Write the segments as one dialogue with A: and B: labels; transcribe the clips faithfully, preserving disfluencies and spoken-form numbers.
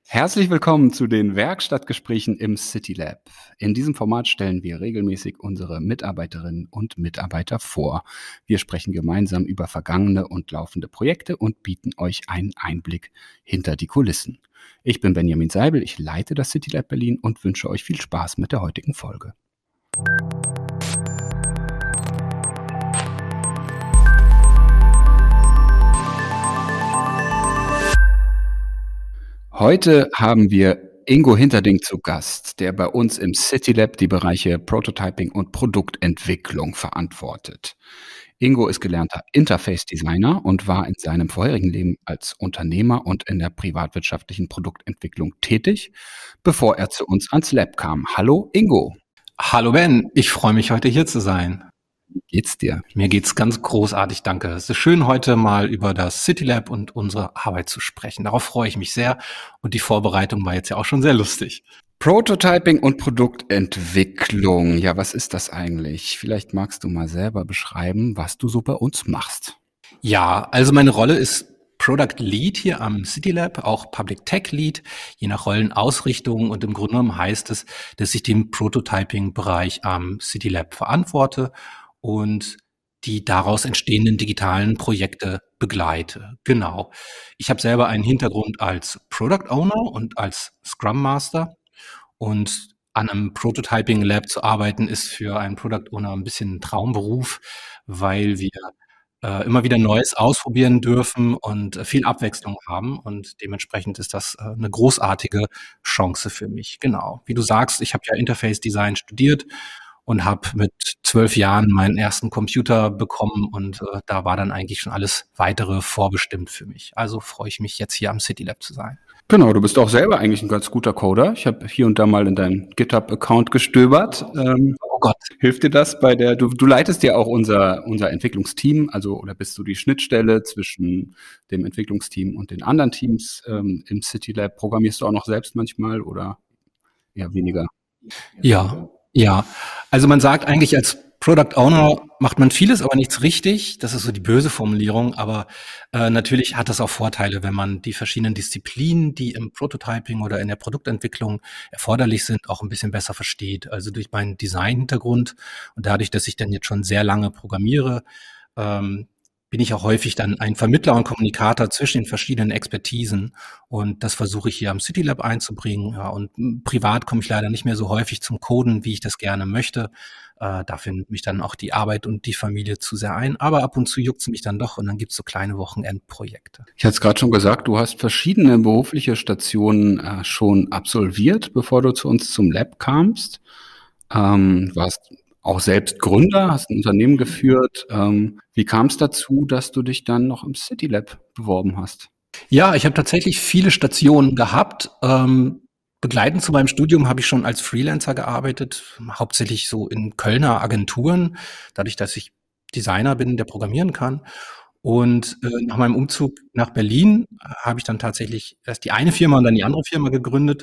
A: Herzlich willkommen zu den Werkstattgesprächen im CityLab. In diesem Format stellen wir regelmäßig unsere Mitarbeiterinnen und Mitarbeiter vor. Wir sprechen gemeinsam über vergangene und laufende Projekte und bieten euch einen Einblick hinter die Kulissen. Ich bin Benjamin Seibel, ich leite das CityLab Berlin und wünsche euch viel Spaß mit der heutigen Folge. Heute haben wir Ingo Hinterding zu Gast, der bei uns im CityLab die Bereiche Prototyping und Produktentwicklung verantwortet. Ingo ist gelernter Interface-Designer und war in seinem vorherigen Leben als Unternehmer und in der privatwirtschaftlichen Produktentwicklung tätig, bevor er zu uns ans Lab kam. Hallo Ingo.
B: Hallo Ben, ich freue mich, heute hier zu sein.
A: Wie geht's dir?
B: Mir geht's ganz großartig, danke. Es ist schön, heute mal über das CityLab und unsere Arbeit zu sprechen. Darauf freue ich mich sehr und die Vorbereitung war jetzt ja auch schon sehr lustig.
A: Prototyping und Produktentwicklung. Ja, was ist das eigentlich? Vielleicht magst du mal selber beschreiben, was du so bei uns machst.
B: Ja, also meine Rolle ist Product Lead hier am CityLab, auch Public Tech Lead, je nach Rollenausrichtung. Und im Grunde genommen heißt es, dass ich den Prototyping-Bereich am CityLab verantworte und die daraus entstehenden digitalen Projekte begleite. Genau. Ich habe selber einen Hintergrund als Product Owner und als Scrum Master. Und an einem Prototyping Lab zu arbeiten, ist für einen Product Owner ein bisschen ein Traumberuf, weil wir äh, immer wieder Neues ausprobieren dürfen und äh, viel Abwechslung haben. Und dementsprechend ist das äh, eine großartige Chance für mich. Genau. Wie du sagst, ich habe ja Interface Design studiert und habe mit zwölf Jahren meinen ersten Computer bekommen und äh, da war dann eigentlich schon alles weitere vorbestimmt für mich. Also freue ich mich jetzt hier am CityLab zu sein.
A: Genau, du bist auch selber eigentlich ein ganz guter Coder. Ich habe hier und da mal in deinem GitHub-Account gestöbert. Ähm,
B: oh Gott.
A: Hilft dir das bei der, du, du leitest ja auch unser, unser Entwicklungsteam, also oder bist du die Schnittstelle zwischen dem Entwicklungsteam und den anderen Teams ähm, im CityLab? Programmierst du auch noch selbst manchmal oder eher weniger?
B: Ja, ja. Also man sagt eigentlich, als Product Owner macht man vieles, aber nichts richtig. Das ist so die böse Formulierung. Aber äh, natürlich hat das auch Vorteile, wenn man die verschiedenen Disziplinen, die im Prototyping oder in der Produktentwicklung erforderlich sind, auch ein bisschen besser versteht. Also durch meinen Design-Hintergrund und dadurch, dass ich dann jetzt schon sehr lange programmiere, ähm, bin ich auch häufig dann ein Vermittler und Kommunikator zwischen den verschiedenen Expertisen. Und das versuche ich hier am CityLab einzubringen. Ja, und m, privat komme ich leider nicht mehr so häufig zum Coden, wie ich das gerne möchte. Äh, dafür nimmt mich dann auch die Arbeit und die Familie zu sehr ein. Aber ab und zu juckt es mich dann doch und dann gibt's so kleine Wochenendprojekte.
A: Ich hatte es gerade schon gesagt, du hast verschiedene berufliche Stationen äh, schon absolviert, bevor du zu uns zum Lab kamst. Ähm, du warst auch selbst Gründer, hast ein Unternehmen geführt. Ähm, wie kam es dazu, dass du dich dann noch im CityLab beworben hast?
B: Ja, ich habe tatsächlich viele Stationen gehabt. Ähm, begleitend zu meinem Studium habe ich schon als Freelancer gearbeitet, hauptsächlich so in Kölner Agenturen, dadurch, dass ich Designer bin, der programmieren kann. Und äh, nach meinem Umzug nach Berlin habe ich dann tatsächlich erst die eine Firma und dann die andere Firma gegründet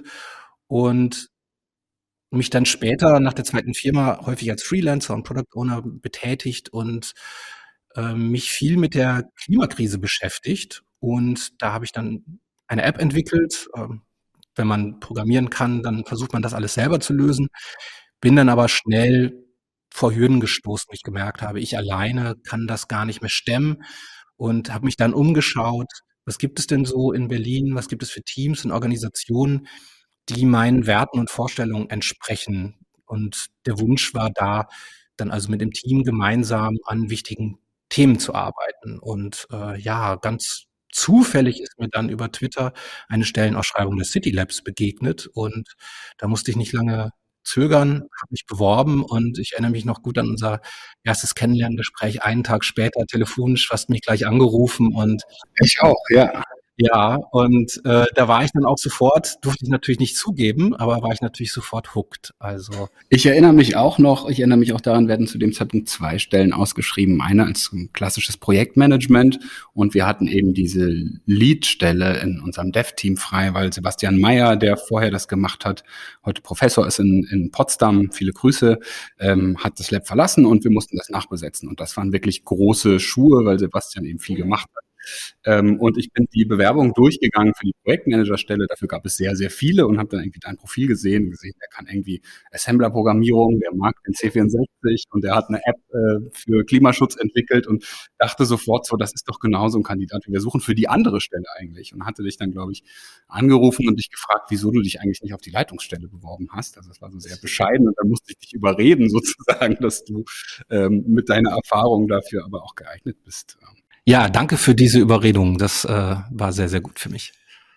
B: und mich dann später nach der zweiten Firma häufig als Freelancer und Product Owner betätigt und äh, mich viel mit der Klimakrise beschäftigt. Und da habe ich dann eine App entwickelt. Ähm, wenn man programmieren kann, dann versucht man das alles selber zu lösen. Bin dann aber schnell vor Hürden gestoßen, wo ich gemerkt habe, ich alleine kann das gar nicht mehr stemmen und habe mich dann umgeschaut. Was gibt es denn so in Berlin? Was gibt es für Teams und Organisationen, die meinen Werten und Vorstellungen entsprechen? Und der Wunsch war da, dann also mit dem Team gemeinsam an wichtigen Themen zu arbeiten. Und äh, ja, ganz zufällig ist mir dann über Twitter eine Stellenausschreibung des CityLabs begegnet und da musste ich nicht lange zögern, habe mich beworben und ich erinnere mich noch gut an unser erstes Kennenlerngespräch. Einen Tag später telefonisch fast mich gleich angerufen und
A: Ich auch, ja.
B: ja, und äh, da war ich dann auch sofort, durfte ich natürlich nicht zugeben, aber war ich natürlich sofort hooked. Also
A: Ich erinnere mich auch noch, ich erinnere mich auch daran, werden zu dem Zeitpunkt zwei Stellen ausgeschrieben. Eine als ein klassisches Projektmanagement und wir hatten eben diese Lead-Stelle in unserem Dev-Team frei, weil Sebastian Mayer, der vorher das gemacht hat, heute Professor ist in, in Potsdam, viele Grüße, ähm, hat das Lab verlassen und wir mussten das nachbesetzen. Und das waren wirklich große Schuhe, weil Sebastian eben viel gemacht hat. Ähm, und ich bin die Bewerbung durchgegangen für die Projektmanagerstelle. Dafür gab es sehr, sehr viele und habe dann irgendwie dein Profil gesehen, gesehen, der kann irgendwie Assembler-Programmierung, der mag den C vierundsechzig und der hat eine App äh, für Klimaschutz entwickelt und dachte sofort so, das ist doch genauso ein Kandidat, wie wir suchen für die andere Stelle eigentlich. Und hatte dich dann, glaube ich, angerufen und dich gefragt, wieso du dich eigentlich nicht auf die Leitungsstelle beworben hast. Also das war so sehr bescheiden und dann musste ich dich überreden sozusagen, dass du ähm, mit deiner Erfahrung dafür aber auch geeignet bist.
B: Ja, danke für diese Überredung. Das äh, war sehr, sehr gut für mich.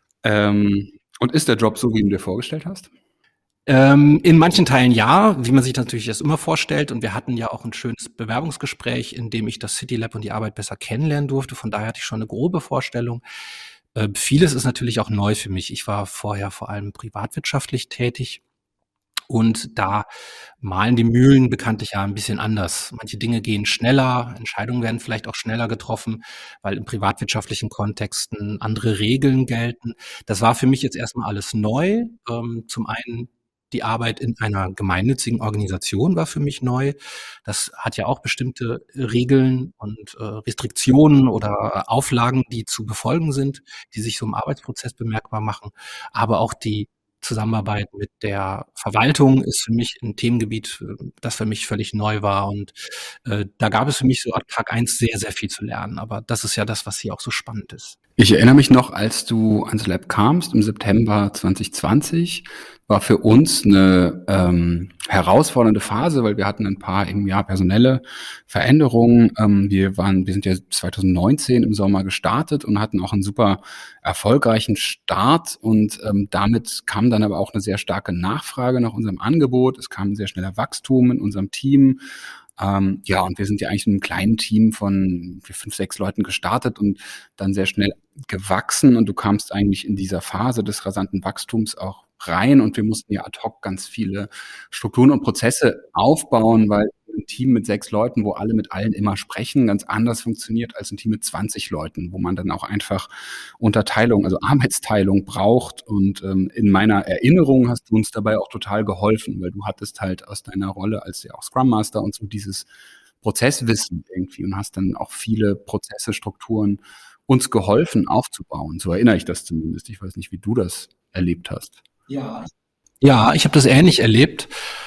A: Ähm, und ist der Job so, wie du dir vorgestellt hast?
B: Ähm, in manchen Teilen ja, wie man sich natürlich das immer vorstellt. Und wir hatten ja auch ein schönes Bewerbungsgespräch, in dem ich das City Lab und die Arbeit besser kennenlernen durfte. Von daher hatte ich schon eine grobe Vorstellung. Äh, vieles ist natürlich auch neu für mich. Ich war vorher vor allem privatwirtschaftlich tätig. Und da malen die Mühlen bekanntlich ja ein bisschen anders. Manche Dinge gehen schneller, Entscheidungen werden vielleicht auch schneller getroffen, weil in privatwirtschaftlichen Kontexten andere Regeln gelten. Das war für mich jetzt erstmal alles neu. Ähm, zum einen die Arbeit in einer gemeinnützigen Organisation war für mich neu. Das hat ja auch bestimmte Regeln und äh, Restriktionen oder Auflagen, die zu befolgen sind, die sich so im Arbeitsprozess bemerkbar machen. Aber auch die Zusammenarbeit mit der Verwaltung ist für mich ein Themengebiet, äh, das für mich völlig neu war. Und äh, da gab es für mich so ab Tag eins sehr, sehr viel zu lernen. Aber das ist ja das, was hier auch so spannend ist.
A: Ich erinnere mich noch, als du ans Lab kamst im September zwanzig zwanzig, war für uns eine ähm, herausfordernde Phase, weil wir hatten ein paar im Jahr personelle Veränderungen. Ähm, wir waren, wir sind ja zwanzig neunzehn im Sommer gestartet und hatten auch einen super erfolgreichen Start und ähm, damit kam dann aber auch eine sehr starke Nachfrage nach unserem Angebot. Es kam ein sehr schneller Wachstum in unserem Team. Ähm, ja, und wir sind ja eigentlich in einem kleinen Team von fünf, sechs Leuten gestartet und dann sehr schnell gewachsen. Und du kamst eigentlich in dieser Phase des rasanten Wachstums auch rein und wir mussten ja ad hoc ganz viele Strukturen und Prozesse aufbauen, weil ein Team mit sechs Leuten, wo alle mit allen immer sprechen, ganz anders funktioniert als ein Team mit zwanzig Leuten, wo man dann auch einfach Unterteilung, also Arbeitsteilung braucht. Und ähm, in meiner Erinnerung hast du uns dabei auch total geholfen, weil du hattest halt aus deiner Rolle als ja auch Scrum Master und so dieses Prozesswissen irgendwie und hast dann auch viele Prozesse, Strukturen uns geholfen aufzubauen. So erinnere ich das zumindest. Ich weiß nicht, wie du das erlebt hast.
B: Ja, ja, ich habe das ähnlich erlebt.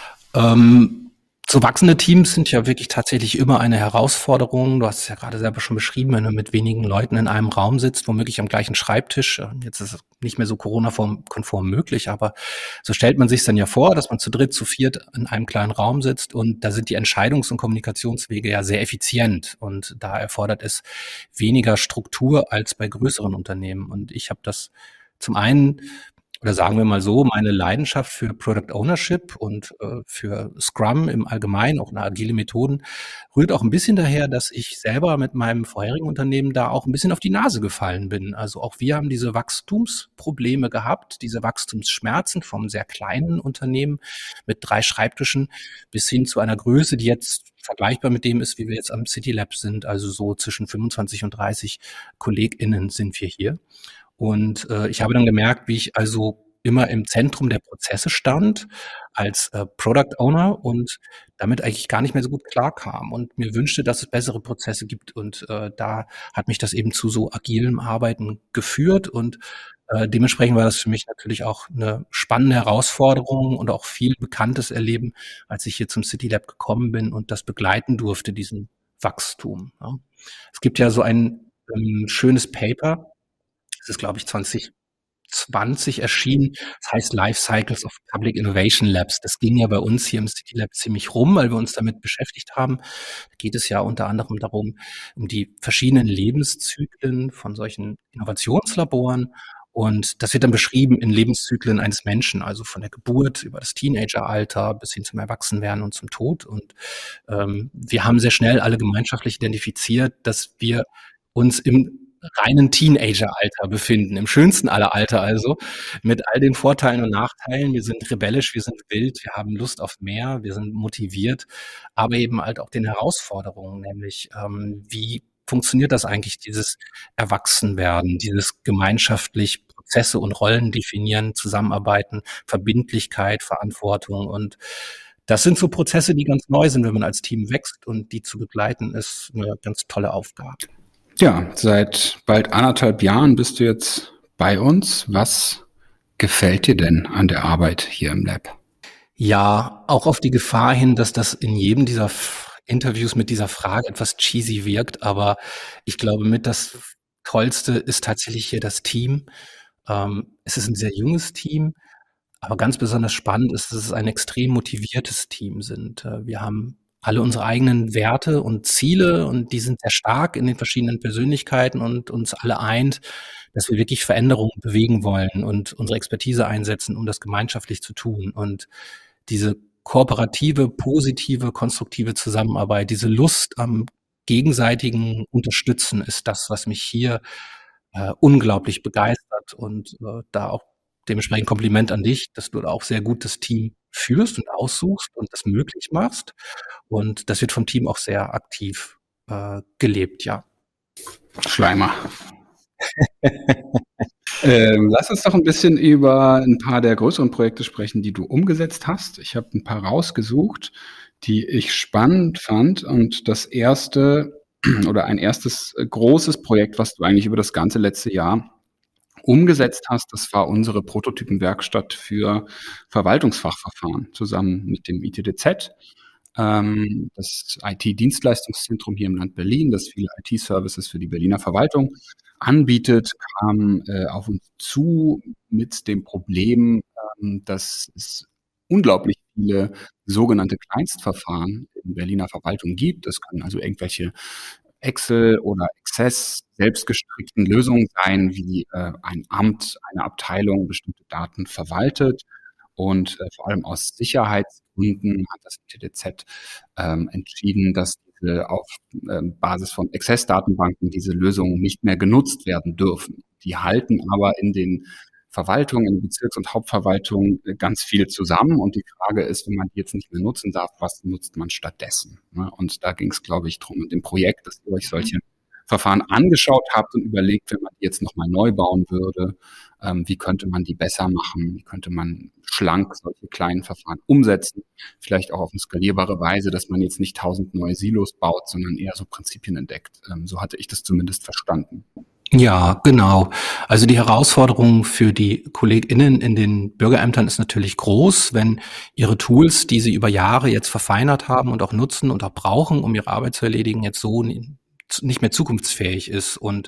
B: Ähm, so wachsende Teams sind ja wirklich tatsächlich immer eine Herausforderung. Du hast es ja gerade selber schon beschrieben, wenn du mit wenigen Leuten in einem Raum sitzt, womöglich am gleichen Schreibtisch. Jetzt ist es nicht mehr so Corona-konform möglich, aber so stellt man sich dann ja vor, dass man zu dritt, zu viert in einem kleinen Raum sitzt und da sind die Entscheidungs- und Kommunikationswege ja sehr effizient und da erfordert es weniger Struktur als bei größeren Unternehmen. Und ich habe das zum einen oder sagen wir mal so, meine Leidenschaft für Product Ownership und äh, für Scrum im Allgemeinen, auch eine agile Methoden, rührt auch ein bisschen daher, dass ich selber mit meinem vorherigen Unternehmen da auch ein bisschen auf die Nase gefallen bin. Also auch wir haben diese Wachstumsprobleme gehabt, diese Wachstumsschmerzen vom sehr kleinen Unternehmen mit drei Schreibtischen bis hin zu einer Größe, die jetzt vergleichbar mit dem ist, wie wir jetzt am City Lab sind. Also so zwischen fünfundzwanzig und dreißig KollegInnen sind wir hier. Und äh, ich habe dann gemerkt, wie ich also immer im Zentrum der Prozesse stand als äh, Product Owner und damit eigentlich gar nicht mehr so gut klarkam und mir wünschte, dass es bessere Prozesse gibt. Und äh, da hat mich das eben zu so agilem Arbeiten geführt und äh, dementsprechend war das für mich natürlich auch eine spannende Herausforderung und auch viel Bekanntes erleben, als ich hier zum City Lab gekommen bin und das begleiten durfte, diesen Wachstum. Ja. Es gibt ja so ein ähm, schönes Paper, das ist, glaube ich, zwanzig zwanzig erschienen. Das heißt Life Cycles of Public Innovation Labs. Das ging ja bei uns hier im City Lab ziemlich rum, weil wir uns damit beschäftigt haben. Da geht es ja unter anderem darum, um die verschiedenen Lebenszyklen von solchen Innovationslaboren. Und das wird dann beschrieben in Lebenszyklen eines Menschen, also von der Geburt über das Teenageralter bis hin zum Erwachsenwerden und zum Tod. Und ähm, wir haben sehr schnell alle gemeinschaftlich identifiziert, dass wir uns im reinen Teenageralter befinden, im schönsten aller Alter also, mit all den Vorteilen und Nachteilen. Wir sind rebellisch, wir sind wild, wir haben Lust auf mehr, wir sind motiviert, aber eben halt auch den Herausforderungen, nämlich ähm, wie funktioniert das eigentlich, dieses Erwachsenwerden, dieses gemeinschaftlich Prozesse und Rollen definieren, zusammenarbeiten, Verbindlichkeit, Verantwortung und das sind so Prozesse, die ganz neu sind, wenn man als Team wächst und die zu begleiten, ist eine ganz tolle Aufgabe.
A: Ja, seit bald anderthalb Jahren bist du jetzt bei uns. Was gefällt dir denn an der Arbeit hier im Lab?
B: Ja, auch auf die Gefahr hin, dass das in jedem dieser F Interviews mit dieser Frage etwas cheesy wirkt, aber ich glaube mit das Tollste ist tatsächlich hier das Team. Ähm, es ist ein sehr junges Team, aber ganz besonders spannend ist, dass es ein extrem motiviertes Team sind. Äh, wir haben alle unsere eigenen Werte und Ziele und die sind sehr stark in den verschiedenen Persönlichkeiten und uns alle eint, dass wir wirklich Veränderungen bewegen wollen und unsere Expertise einsetzen, um das gemeinschaftlich zu tun. Und diese kooperative, positive, konstruktive Zusammenarbeit, diese Lust am gegenseitigen Unterstützen ist das, was mich hier äh, unglaublich begeistert und äh, da auch dementsprechend Kompliment an dich, dass du da auch sehr gut das Team führst und aussuchst und das möglich machst. Und das wird vom Team auch sehr aktiv äh, gelebt, ja.
A: Schleimer. Ähm, lass uns doch ein bisschen über ein paar der größeren Projekte sprechen, die du umgesetzt hast. Ich habe ein paar rausgesucht, die ich spannend fand. Und das erste oder ein erstes äh, großes Projekt, was du eigentlich über das ganze letzte Jahr umgesetzt hast, das war unsere Prototypenwerkstatt für Verwaltungsfachverfahren zusammen mit dem I T D Z. Ähm, das I T-Dienstleistungszentrum hier im Land Berlin, das viele I T-Services für die Berliner Verwaltung anbietet, kam äh, auf uns zu mit dem Problem, ähm, dass es unglaublich viele sogenannte Kleinstverfahren in Berliner Verwaltung gibt. Das können also irgendwelche Excel oder Access selbstgestrickten Lösungen sein, wie äh, ein Amt, eine Abteilung bestimmte Daten verwaltet. Und äh, vor allem aus Sicherheitsgründen hat das I T D Z ähm, entschieden, dass diese auf ähm, Basis von Access-Datenbanken diese Lösungen nicht mehr genutzt werden dürfen. Die halten aber in den Verwaltungen, in den Bezirks- und Hauptverwaltungen äh, ganz viel zusammen. Und die Frage ist, wenn man die jetzt nicht mehr nutzen darf, was nutzt man stattdessen? Ne? Und da ging es, glaube ich, drum in dem Projekt, dass ihr euch solche Verfahren angeschaut habt und überlegt, wenn man die jetzt nochmal neu bauen würde, ähm, wie könnte man die besser machen, wie könnte man schlank solche kleinen Verfahren umsetzen, vielleicht auch auf eine skalierbare Weise, dass man jetzt nicht tausend neue Silos baut, sondern eher so Prinzipien entdeckt. Ähm, so hatte ich das zumindest verstanden.
B: Ja, genau. Also die Herausforderung für die KollegInnen in den Bürgerämtern ist natürlich groß, wenn ihre Tools, die sie über Jahre jetzt verfeinert haben und auch nutzen und auch brauchen, um ihre Arbeit zu erledigen, jetzt so nicht mehr zukunftsfähig ist. Und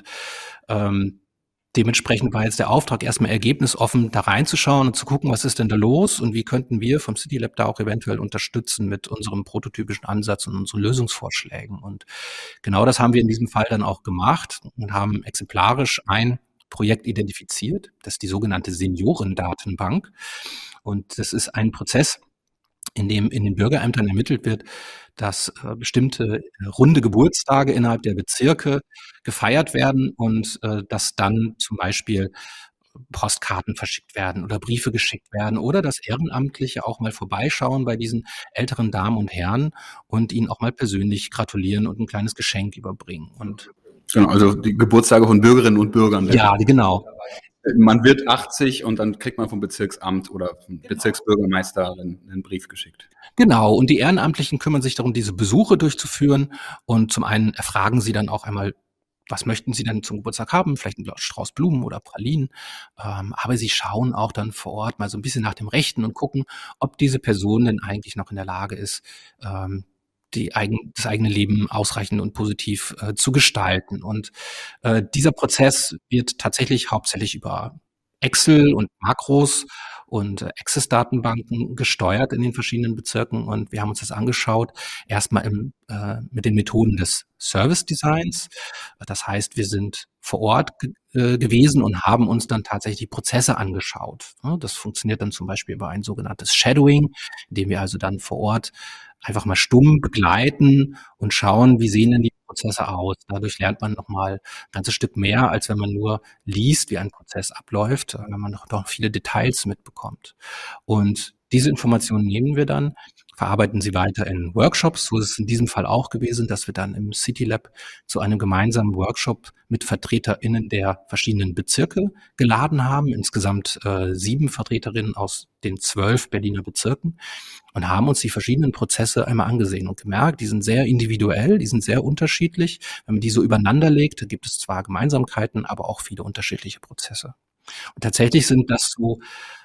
B: ähm, dementsprechend war jetzt der Auftrag, erstmal ergebnisoffen da reinzuschauen und zu gucken, was ist denn da los und wie könnten wir vom City Lab da auch eventuell unterstützen mit unserem prototypischen Ansatz und unseren Lösungsvorschlägen. Und genau das haben wir in diesem Fall dann auch gemacht und haben exemplarisch ein Projekt identifiziert, das ist die sogenannte Seniorendatenbank. Und das ist ein Prozess, in dem in den Bürgerämtern ermittelt wird, dass äh, bestimmte äh, runde Geburtstage innerhalb der Bezirke gefeiert werden und äh, dass dann zum Beispiel Postkarten verschickt werden oder Briefe geschickt werden oder dass Ehrenamtliche auch mal vorbeischauen bei diesen älteren Damen und Herren und ihnen auch mal persönlich gratulieren und ein kleines Geschenk überbringen. Und
A: Genau, also die Geburtstage von Bürgerinnen und Bürgern.
B: ja, genau.
A: Man wird achtzig und dann kriegt man vom Bezirksamt oder vom Bezirksbürgermeister einen, einen Brief geschickt.
B: Genau, und die Ehrenamtlichen kümmern sich darum, diese Besuche durchzuführen. Und zum einen erfragen sie dann auch einmal, was möchten Sie denn zum Geburtstag haben? Vielleicht ein Strauß Blumen oder Pralinen. Ähm, aber sie schauen auch dann vor Ort mal so ein bisschen nach dem Rechten und gucken, ob diese Person denn eigentlich noch in der Lage ist, ähm, die eigen, das eigene Leben ausreichend und positiv äh, zu gestalten. Und äh, dieser Prozess wird tatsächlich hauptsächlich über Excel und Makros und äh, Access-Datenbanken gesteuert in den verschiedenen Bezirken. Und wir haben uns das angeschaut, erstmal im, äh, mit den Methoden des Service-Designs. Das heißt, wir sind vor Ort ge äh, gewesen und haben uns dann tatsächlich die Prozesse angeschaut. Ja, das funktioniert dann zum Beispiel über ein sogenanntes Shadowing, indem wir also dann vor Ort einfach mal stumm begleiten und schauen, wie sehen denn die Prozesse aus. Dadurch lernt man nochmal ein ganzes Stück mehr, als wenn man nur liest, wie ein Prozess abläuft, wenn man noch, noch viele Details mitbekommt. Und diese Informationen nehmen wir dann verarbeiten sie weiter in Workshops. So ist es in diesem Fall auch gewesen, dass wir dann im CityLab zu einem gemeinsamen Workshop mit VertreterInnen der verschiedenen Bezirke geladen haben. Insgesamt äh, sieben Vertreterinnen aus den zwölf Berliner Bezirken und haben uns die verschiedenen Prozesse einmal angesehen und gemerkt, die sind sehr individuell, die sind sehr unterschiedlich. Wenn man die so übereinander legt, gibt es zwar Gemeinsamkeiten, aber auch viele unterschiedliche Prozesse. Und tatsächlich sind das so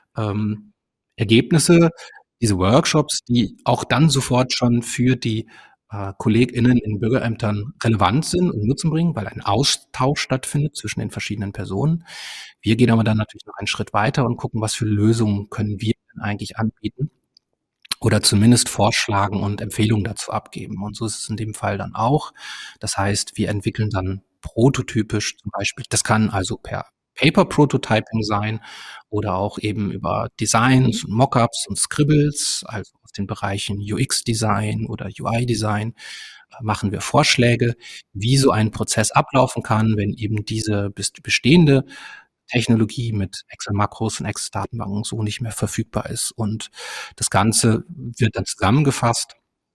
B: ähm, Ergebnisse, diese Workshops, die auch dann sofort schon für die äh, KollegInnen in Bürgerämtern relevant sind und Nutzen bringen, weil ein Austausch stattfindet zwischen den verschiedenen Personen. Wir gehen aber dann natürlich noch einen Schritt weiter und gucken, was für Lösungen können wir denn eigentlich anbieten oder zumindest vorschlagen und Empfehlungen dazu abgeben. Und so ist es in dem Fall dann auch. Das heißt, wir entwickeln dann prototypisch zum Beispiel, das kann also per Paper-Prototyping sein oder auch eben über Designs und Mockups und Scribbles, also aus den Bereichen U X-Design oder U I-Design, äh, machen wir Vorschläge, wie so ein Prozess ablaufen kann, wenn eben diese best- bestehende Technologie mit Excel-Makros und Excel-Datenbanken so nicht mehr verfügbar ist. Und das Ganze wird dann zusammengefasst,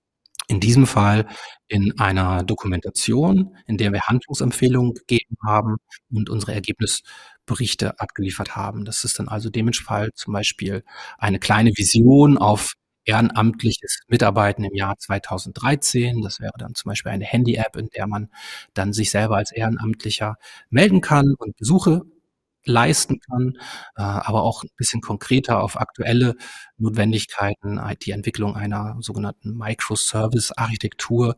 B: in diesem Fall in einer Dokumentation, in der wir Handlungsempfehlungen gegeben haben und unsere Ergebnisberichte abgeliefert haben. Das ist dann also dementsprechend zum Beispiel eine kleine Vision auf ehrenamtliches Mitarbeiten im Jahr zweitausenddreizehn. Das wäre dann zum Beispiel eine Handy-App, in der man dann sich selber als Ehrenamtlicher melden kann und Besuche leisten kann, äh, aber auch ein bisschen konkreter auf aktuelle Notwendigkeiten, äh, die Entwicklung einer sogenannten Microservice-Architektur,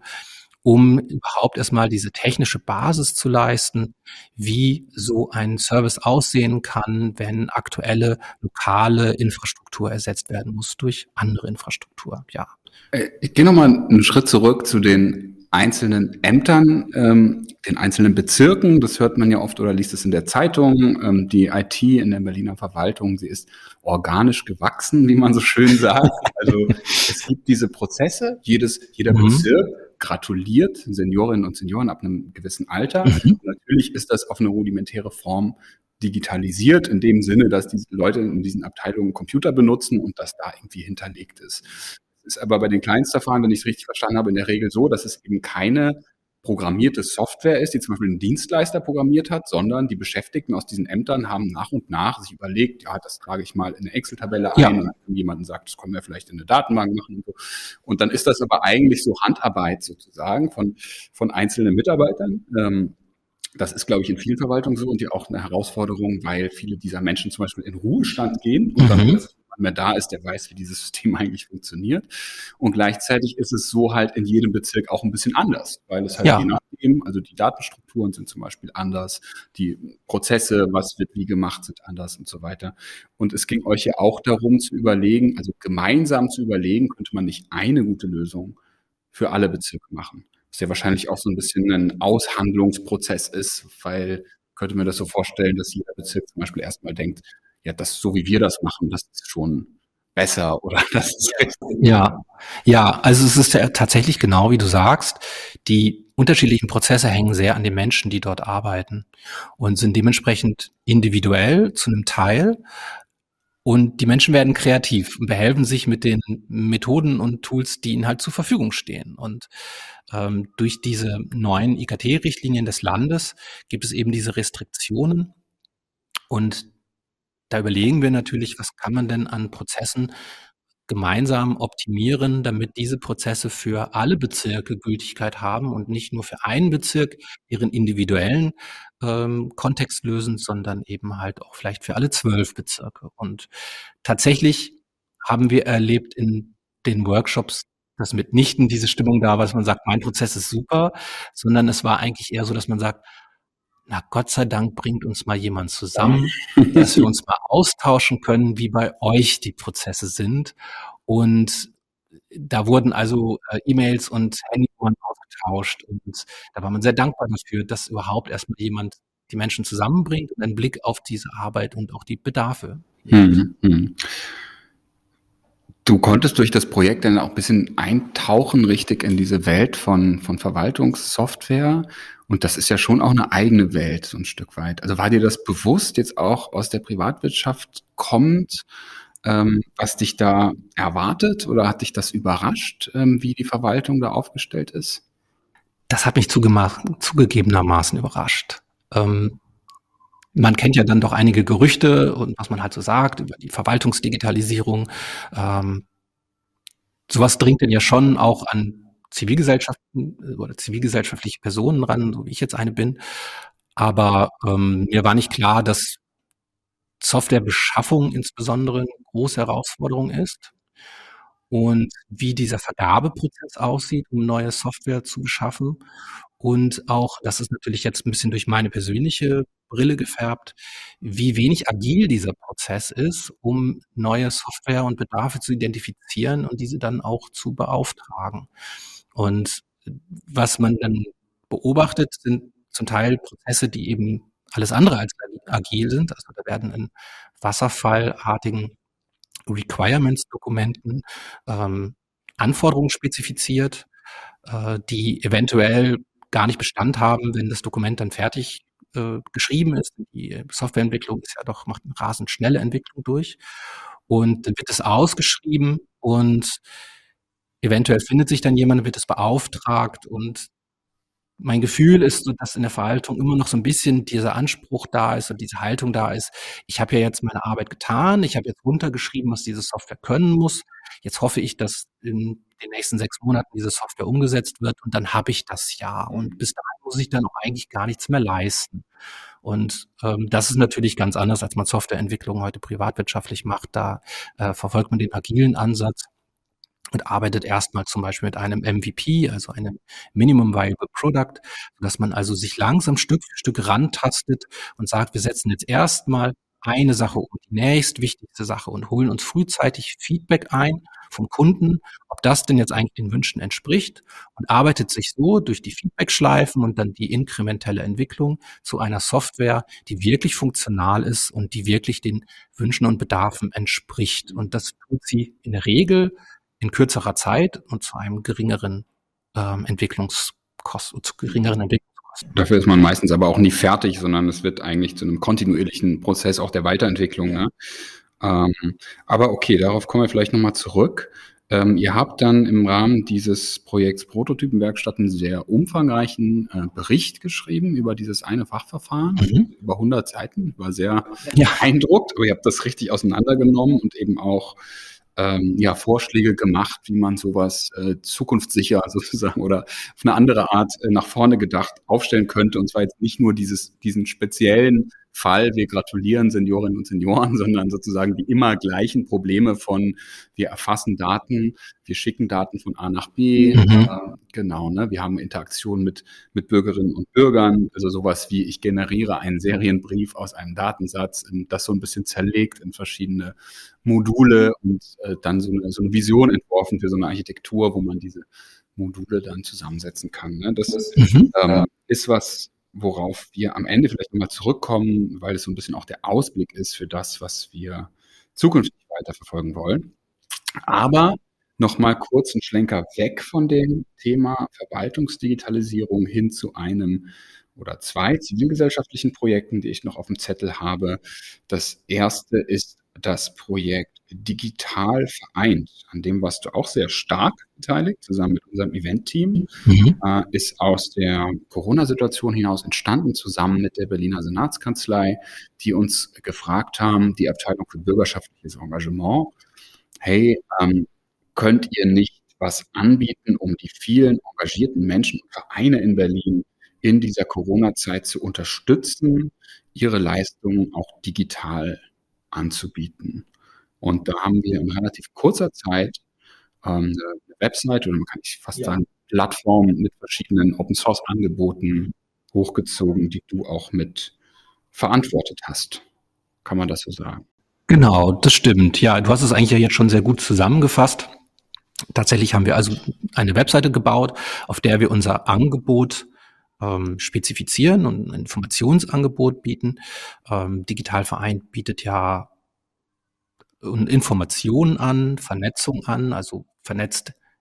B: um überhaupt erstmal diese technische Basis zu leisten, wie so ein Service aussehen kann, wenn aktuelle lokale Infrastruktur ersetzt werden muss durch andere Infrastruktur. Ja.
A: Äh, Ich gehe nochmal einen Schritt zurück zu den einzelnen Ämtern, ähm, den einzelnen Bezirken. Das hört man ja oft oder liest es in der Zeitung. Ähm, die I T in der Berliner Verwaltung, sie ist organisch gewachsen, wie man so schön sagt. Also es gibt diese Prozesse. Jedes, jeder
B: Mhm.
A: Bezirk gratuliert Seniorinnen und Senioren ab einem gewissen Alter.
B: Mhm.
A: Und natürlich ist das auf eine rudimentäre Form digitalisiert, in dem Sinne, dass diese Leute in diesen Abteilungen Computer benutzen und das da irgendwie hinterlegt ist. Ist aber bei den Kleinstverfahren, wenn ich es richtig verstanden habe, in der Regel so, dass es eben keine programmierte Software ist, die zum Beispiel ein Dienstleister programmiert hat, sondern die Beschäftigten aus diesen Ämtern haben nach und nach sich überlegt, ja, das trage ich mal in eine Excel-Tabelle ein
B: Ja.
A: und dann jemanden sagt, das können wir vielleicht in eine Datenbank machen und so. Und dann ist das aber eigentlich so Handarbeit sozusagen von, von einzelnen Mitarbeitern. Ähm, Das ist, glaube ich, in vielen Verwaltungen so und ja auch eine Herausforderung, weil viele dieser Menschen zum Beispiel in Ruhestand gehen und dann
B: Mhm.
A: plötzlich niemand mehr da ist, der weiß, wie dieses System eigentlich funktioniert. Und gleichzeitig ist es so halt in jedem Bezirk auch ein bisschen anders, weil es halt
B: Ja.
A: je nachdem, also die Datenstrukturen sind zum Beispiel anders, die Prozesse, was wird wie gemacht, sind anders und so weiter. Und es ging euch ja auch darum zu überlegen, also gemeinsam zu überlegen, könnte man nicht eine gute Lösung für alle Bezirke machen? Was ja wahrscheinlich auch so ein bisschen ein Aushandlungsprozess ist, weil ich könnte mir das so vorstellen, dass jeder Bezirk zum Beispiel erstmal denkt, ja, das, so wie wir das machen, das ist schon besser oder das ist richtig.
B: Ja, ja, also es ist ja tatsächlich genau wie du sagst, die unterschiedlichen Prozesse hängen sehr an den Menschen, die dort arbeiten und sind dementsprechend individuell zu einem Teil. Und die Menschen werden kreativ und behelfen sich mit den Methoden und Tools, die ihnen halt zur Verfügung stehen. Und ähm, durch diese neuen I K T-Richtlinien des Landes gibt es eben diese Restriktionen. Und da überlegen wir natürlich, was kann man denn an Prozessen gemeinsam optimieren, damit diese Prozesse für alle Bezirke Gültigkeit haben und nicht nur für einen Bezirk ihren individuellen ähm, Kontext lösen, sondern eben halt auch vielleicht für alle zwölf Bezirke. Und tatsächlich haben wir erlebt in den Workshops, dass mitnichten diese Stimmung da war, dass man sagt, mein Prozess ist super, sondern es war eigentlich eher so, dass man sagt, na Gott sei Dank bringt uns mal jemand zusammen, dass wir uns mal austauschen können, wie bei euch die Prozesse sind. Und da wurden also äh, E-Mails und Handynummern ausgetauscht. Und da war man sehr dankbar dafür, dass überhaupt erstmal jemand die Menschen zusammenbringt und einen Blick auf diese Arbeit und auch die Bedarfe.
A: Mhm, mhm. Du konntest durch das Projekt dann auch ein bisschen eintauchen, richtig in diese Welt von, von Verwaltungssoftware. Und das ist ja schon auch eine eigene Welt, so ein Stück weit. Also war dir das bewusst, jetzt auch aus der Privatwirtschaft kommt, ähm, was dich da erwartet oder hat dich das überrascht, ähm, wie die Verwaltung da aufgestellt ist?
B: Das hat mich zugema zugegebenermaßen überrascht. Ähm, man kennt ja dann doch einige Gerüchte und was man halt so sagt über die Verwaltungsdigitalisierung. Ähm, sowas dringt dann ja schon auch an Zivilgesellschaften äh, oder zivilgesellschaftliche Personen ran, so wie ich jetzt eine bin. Aber ähm, mir war nicht klar, dass Softwarebeschaffung insbesondere eine große Herausforderung ist und wie dieser Vergabeprozess aussieht, um neue Software zu beschaffen. Und auch, das ist natürlich jetzt ein bisschen durch meine persönliche Brille gefärbt, wie wenig agil dieser Prozess ist, um neue Software und Bedarfe zu identifizieren und diese dann auch zu beauftragen. Und was man dann beobachtet, sind zum Teil Prozesse, die eben alles andere als agil sind. Also da werden in wasserfallartigen Requirements-Dokumenten ähm, Anforderungen spezifiziert, äh, die eventuell gar nicht Bestand haben, wenn das Dokument dann fertig äh, geschrieben ist. Die Softwareentwicklung ist ja doch, macht eine rasend schnelle Entwicklung durch. Und dann wird es ausgeschrieben und eventuell findet sich dann jemand, wird es beauftragt und mein Gefühl ist so, dass in der Verwaltung immer noch so ein bisschen dieser Anspruch da ist und diese Haltung da ist: „Ich habe ja jetzt meine Arbeit getan. Ich habe jetzt runtergeschrieben, was diese Software können muss. Jetzt hoffe ich, dass in den nächsten sechs Monaten diese Software umgesetzt wird und dann habe ich das ja. Und bis dahin muss ich dann auch eigentlich gar nichts mehr leisten.“ Und, ähm, das ist natürlich ganz anders, als man Softwareentwicklung heute privatwirtschaftlich macht. Da, äh, verfolgt man den agilen Ansatz und arbeitet erstmal zum Beispiel mit einem M V P, also einem Minimum Viable Product, dass man also sich langsam Stück für Stück rantastet und sagt, wir setzen jetzt erstmal eine Sache um die nächstwichtigste Sache und holen uns frühzeitig Feedback ein vom Kunden, ob das denn jetzt eigentlich den Wünschen entspricht und arbeitet sich so durch die Feedbackschleifen und dann die inkrementelle Entwicklung zu einer Software, die wirklich funktional ist und die wirklich den Wünschen und Bedarfen entspricht. Und das tut sie in der Regel in kürzerer Zeit und zu einem geringeren ähm, Entwicklungskosten, zu geringeren Entwicklungskosten.
A: Dafür ist man meistens aber auch nie fertig, sondern es wird eigentlich zu einem kontinuierlichen Prozess auch der Weiterentwicklung. Ne? Ähm, aber okay, darauf kommen wir vielleicht nochmal zurück. Ähm, ihr habt dann im Rahmen dieses Projekts Prototypenwerkstatt einen sehr umfangreichen äh, Bericht geschrieben über dieses eine Fachverfahren,
B: Mhm.
A: über hundert Seiten. Ich war sehr
B: Ja.
A: beeindruckt, aber ihr habt das richtig auseinandergenommen und eben auch ähm, ja, Vorschläge gemacht, wie man sowas äh, zukunftssicher sozusagen oder auf eine andere Art äh, nach vorne gedacht aufstellen könnte. Und zwar jetzt nicht nur dieses, diesen speziellen Fall, wir gratulieren Seniorinnen und Senioren, sondern sozusagen die immer gleichen Probleme von, wir erfassen Daten, wir schicken Daten von A nach B,
B: Mhm.
A: äh, genau, ne? Wir haben Interaktion mit, mit Bürgerinnen und Bürgern, also sowas wie, ich generiere einen Serienbrief aus einem Datensatz, das so ein bisschen zerlegt in verschiedene Module und äh, dann so eine, so eine Vision entworfen für so eine Architektur, wo man diese Module dann zusammensetzen kann. Ne? Das
B: Mhm.
A: ähm, ist was, worauf wir am Ende vielleicht nochmal zurückkommen, weil es so ein bisschen auch der Ausblick ist für das, was wir zukünftig weiterverfolgen wollen. Aber nochmal kurz einen Schlenker weg von dem Thema Verwaltungsdigitalisierung hin zu einem oder zwei zivilgesellschaftlichen Projekten, die ich noch auf dem Zettel habe. Das erste ist das Projekt Digital vereint, an dem warst du auch sehr stark beteiligt, zusammen mit unserem Event-Team.
B: Mhm.
A: Äh, ist aus der Corona-Situation hinaus entstanden, zusammen mit der Berliner Senatskanzlei, die uns gefragt haben, die Abteilung für bürgerschaftliches Engagement, hey, ähm, könnt ihr nicht was anbieten, um die vielen engagierten Menschen und Vereine in Berlin in dieser Corona-Zeit zu unterstützen, ihre Leistungen auch digital anzubieten? Und da haben wir in relativ kurzer Zeit ähm, eine Website oder man kann nicht fast
B: Ja.
A: sagen, Plattform mit verschiedenen Open-Source-Angeboten hochgezogen, die du auch mit verantwortet hast. Kann man das so sagen?
B: Genau, das stimmt. Ja, du hast es eigentlich ja jetzt schon sehr gut zusammengefasst. Tatsächlich haben wir also eine Webseite gebaut, auf der wir unser Angebot ähm, spezifizieren und ein Informationsangebot bieten. Ähm, Digital vereint bietet ja Informationen an, Vernetzung an, also vernetzt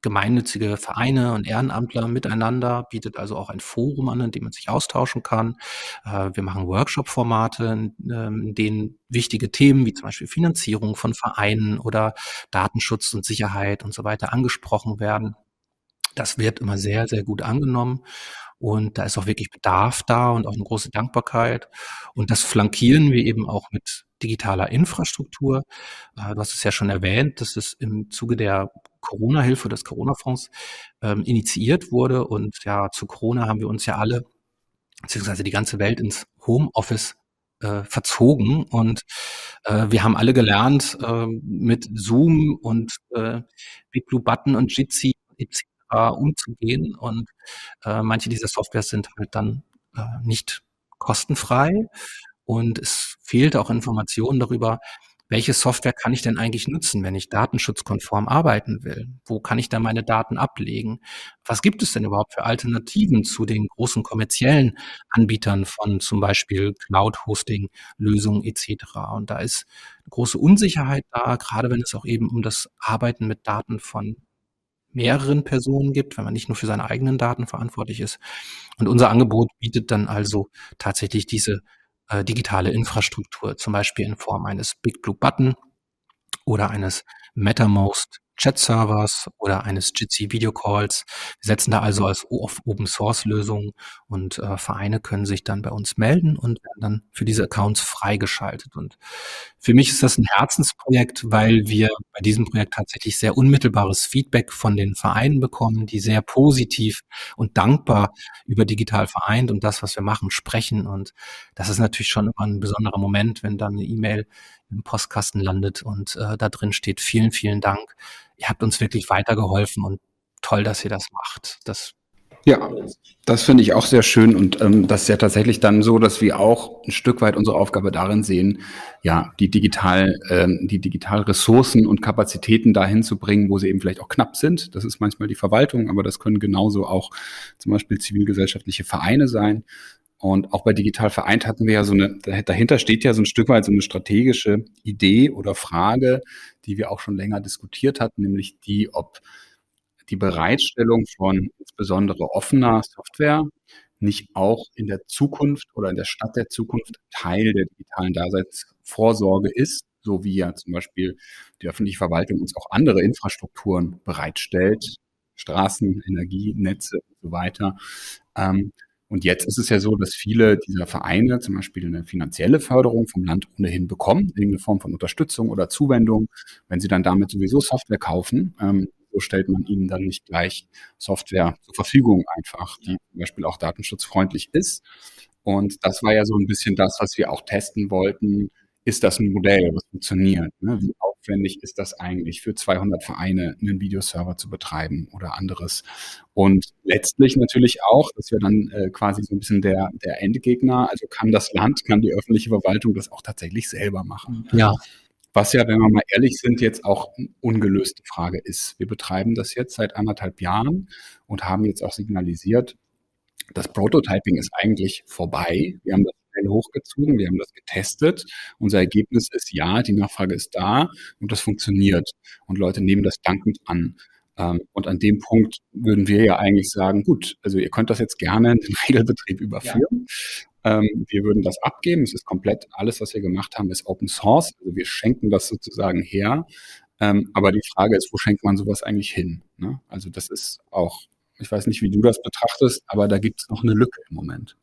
B: gemeinnützige Vereine und Ehrenamtler miteinander, bietet also auch ein Forum an, in dem man sich austauschen kann. Äh, wir machen Workshop-Formate, in, ähm, in denen wichtige Themen wie zum Beispiel Finanzierung von Vereinen oder Datenschutz und Sicherheit und so weiter angesprochen werden. Das wird immer sehr, sehr gut angenommen und da ist auch wirklich Bedarf da und auch eine große Dankbarkeit. Und das flankieren wir eben auch mit digitaler Infrastruktur. Äh, du hast es ja schon erwähnt, dass es im Zuge der Corona-Hilfe, des Corona-Fonds, ähm, initiiert wurde. Und ja, zu Corona haben wir uns ja alle, beziehungsweise die ganze Welt ins Homeoffice äh, verzogen. Und äh, wir haben alle gelernt, äh, mit Zoom und äh, Big Blue Button und Jitsi et cetera umzugehen. Und äh, manche dieser Softwares sind halt dann äh, nicht kostenfrei. Und es fehlt auch Informationen darüber, welche Software kann ich denn eigentlich nutzen, wenn ich datenschutzkonform arbeiten will? Wo kann ich da meine Daten ablegen? Was gibt es denn überhaupt für Alternativen zu den großen kommerziellen Anbietern von zum Beispiel Cloud-Hosting-Lösungen et cetera? Und da ist eine große Unsicherheit da, gerade wenn es auch eben um das Arbeiten mit Daten von mehreren Personen gibt, wenn man nicht nur für seine eigenen Daten verantwortlich ist. Und unser Angebot bietet dann also tatsächlich diese äh, digitale Infrastruktur, zum Beispiel in Form eines Big Blue Button oder eines MetaMost Chat-Servers oder eines Jitsi Video Calls. Wir setzen da also als auf Open Source Lösung und äh, Vereine können sich dann bei uns melden und werden dann für diese Accounts freigeschaltet. Und für mich ist das ein Herzensprojekt, weil wir bei diesem Projekt tatsächlich sehr unmittelbares Feedback von den Vereinen bekommen, die sehr positiv und dankbar über Digital vereint und das, was wir machen, sprechen. Und das ist natürlich schon immer ein besonderer Moment, wenn dann eine E-Mail im Postkasten landet und äh, da drin steht, vielen, vielen Dank. Ihr habt uns wirklich weitergeholfen und toll, dass ihr das macht. Das
A: Ja, das finde ich auch sehr schön und ähm, das ist ja tatsächlich dann so, dass wir auch ein Stück weit unsere Aufgabe darin sehen, ja, die digital, ähm, die Digitalressourcen und Kapazitäten dahin zu bringen, wo sie eben vielleicht auch knapp sind. Das ist manchmal die Verwaltung, aber das können genauso auch zum Beispiel zivilgesellschaftliche Vereine sein. Und auch bei Digital vereint hatten wir ja so eine, dahinter steht ja so ein Stück weit so eine strategische Idee oder Frage, die wir auch schon länger diskutiert hatten, nämlich die, ob die Bereitstellung von insbesondere offener Software nicht auch in der Zukunft oder in der Stadt der Zukunft Teil der digitalen Daseinsvorsorge ist, so wie ja zum Beispiel die öffentliche Verwaltung uns auch andere Infrastrukturen bereitstellt, Straßen, Energienetze und so weiter. Ähm, Und jetzt ist es ja so, dass viele dieser Vereine zum Beispiel eine finanzielle Förderung vom Land ohnehin bekommen, irgendeine Form von Unterstützung oder Zuwendung. Wenn sie dann damit sowieso Software kaufen, ähm, so stellt man ihnen dann nicht gleich Software zur Verfügung einfach, die zum Beispiel auch datenschutzfreundlich ist. Und das war ja so ein bisschen das, was wir auch testen wollten. Ist das ein Modell, was funktioniert? Ne? Wie aufwendig ist das eigentlich für zweihundert Vereine, einen Videoserver zu betreiben oder anderes? Und letztlich natürlich auch, das wäre dann äh, quasi so ein bisschen der, der Endgegner, also kann das Land, kann die öffentliche Verwaltung das auch tatsächlich selber machen?
B: Ja,
A: Was ja, wenn wir mal ehrlich sind, jetzt auch eine ungelöste Frage ist. Wir betreiben das jetzt seit anderthalb Jahren und haben jetzt auch signalisiert, das Prototyping ist eigentlich vorbei. Wir haben das schnell hochgezogen, wir haben das getestet. Unser Ergebnis ist ja, die Nachfrage ist da und das funktioniert. Und Leute nehmen das dankend an. Ähm, Und an dem Punkt würden wir ja eigentlich sagen, gut, also ihr könnt das jetzt gerne in den Regelbetrieb überführen. Ähm, Wir würden das abgeben. Es ist komplett alles, was wir gemacht haben, ist Open Source. Also wir schenken das sozusagen her. Ähm, Aber die Frage ist, wo schenkt man sowas eigentlich hin? Ne? Also das ist auch, ich weiß nicht, wie du das betrachtest, aber da gibt es noch eine Lücke im Moment.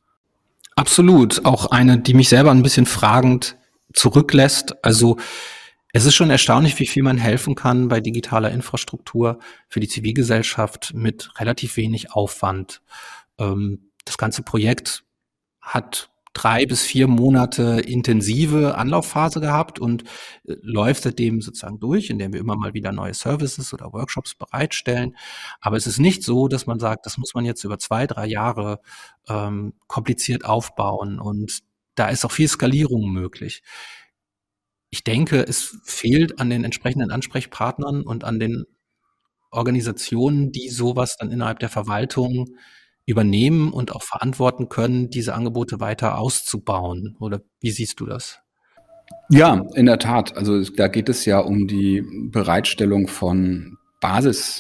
B: absolut. Auch eine, die mich selber ein bisschen fragend zurücklässt. Also es ist schon erstaunlich, wie viel man helfen kann bei digitaler Infrastruktur für die Zivilgesellschaft mit relativ wenig Aufwand. Ähm, das ganze Projekt hat drei bis vier Monate intensive Anlaufphase gehabt und äh, läuft seitdem sozusagen durch, indem wir immer mal wieder neue Services oder Workshops bereitstellen. Aber es ist nicht so, dass man sagt, das muss man jetzt über zwei, drei Jahre ähm, kompliziert aufbauen und da ist auch viel Skalierung möglich. Ich denke, es fehlt an den entsprechenden Ansprechpartnern und an den Organisationen, die sowas dann innerhalb der Verwaltung übernehmen und auch verantworten können, diese Angebote weiter auszubauen. Oder wie siehst du das?
A: Ja, in der Tat. Also es- da geht es ja um die Bereitstellung von Basisinfrastruktur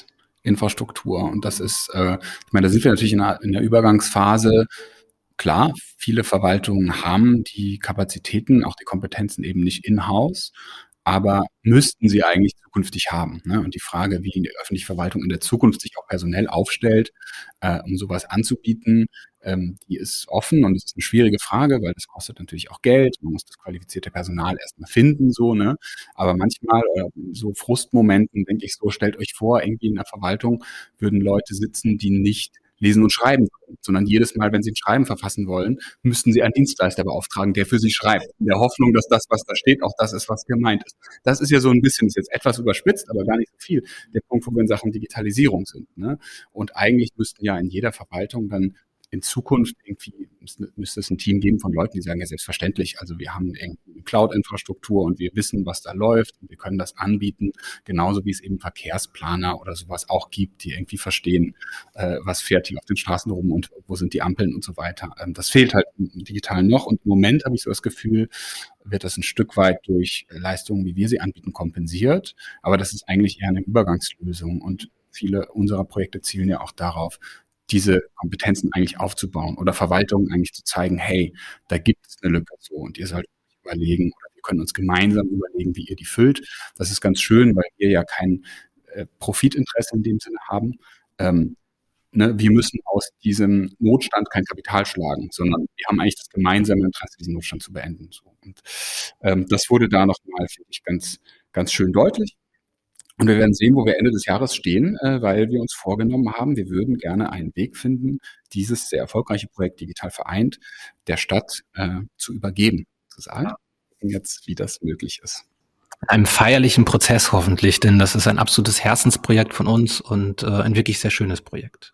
A: Cloud-Infrastruktur. Und das ist, äh, ich meine, da sind wir natürlich in einer, in der Übergangsphase. Klar, viele Verwaltungen haben die Kapazitäten, auch die Kompetenzen eben nicht in-house, aber müssten sie eigentlich zukünftig haben. Ne? Und die Frage, wie die öffentliche Verwaltung in der Zukunft sich auch personell aufstellt, äh, um sowas anzubieten, ähm, die ist offen, und es ist eine schwierige Frage, weil das kostet natürlich auch Geld. Man muss das qualifizierte Personal erstmal finden, so, ne? Aber manchmal, äh, so Frustmomenten, denke ich so, stellt euch vor, irgendwie in der Verwaltung würden Leute sitzen, die nicht lesen und schreiben können, sondern jedes Mal, wenn sie ein Schreiben verfassen wollen, müssten sie einen Dienstleister beauftragen, der für sie schreibt, in der Hoffnung, dass das, was da steht, auch das ist, was gemeint ist. Das ist ja so ein bisschen, ist jetzt etwas überspitzt, aber gar nicht so viel, der Punkt, wo wir in Sachen Digitalisierung sind. Ne? Und eigentlich müssten ja in jeder Verwaltung dann in Zukunft irgendwie, müsste es ein Team geben von Leuten, die sagen, ja, selbstverständlich, also wir haben eine Cloud-Infrastruktur und wir wissen, was da läuft, und wir können das anbieten, genauso wie es eben Verkehrsplaner oder sowas auch gibt, die irgendwie verstehen, äh, was fährt hier auf den Straßen rum und wo sind die Ampeln und so weiter. Ähm, das fehlt halt im Digitalen noch, und im Moment habe ich so das Gefühl, wird das ein Stück weit durch Leistungen, wie wir sie anbieten, kompensiert, aber das ist eigentlich eher eine Übergangslösung, und viele unserer Projekte zielen ja auch darauf, diese Kompetenzen eigentlich aufzubauen oder Verwaltungen eigentlich zu zeigen, hey, da gibt es eine Lücke so, und ihr solltet euch überlegen, oder wir können uns gemeinsam überlegen, wie ihr die füllt. Das ist ganz schön, weil wir ja kein äh, Profitinteresse in dem Sinne haben. Ähm, ne, wir müssen aus diesem Notstand kein Kapital schlagen, sondern wir haben eigentlich das gemeinsame Interesse, diesen Notstand zu beenden. So. Und ähm, das wurde da nochmal, finde ich, ganz, ganz schön deutlich. Und wir werden sehen, wo wir Ende des Jahres stehen, äh, weil wir uns vorgenommen haben, wir würden gerne einen Weg finden, dieses sehr erfolgreiche Projekt Digital vereint der Stadt äh, zu übergeben, zu sagen, jetzt, wie das möglich ist.
B: In einem feierlichen Prozess hoffentlich, denn das ist ein absolutes Herzensprojekt von uns und äh, ein wirklich sehr schönes Projekt.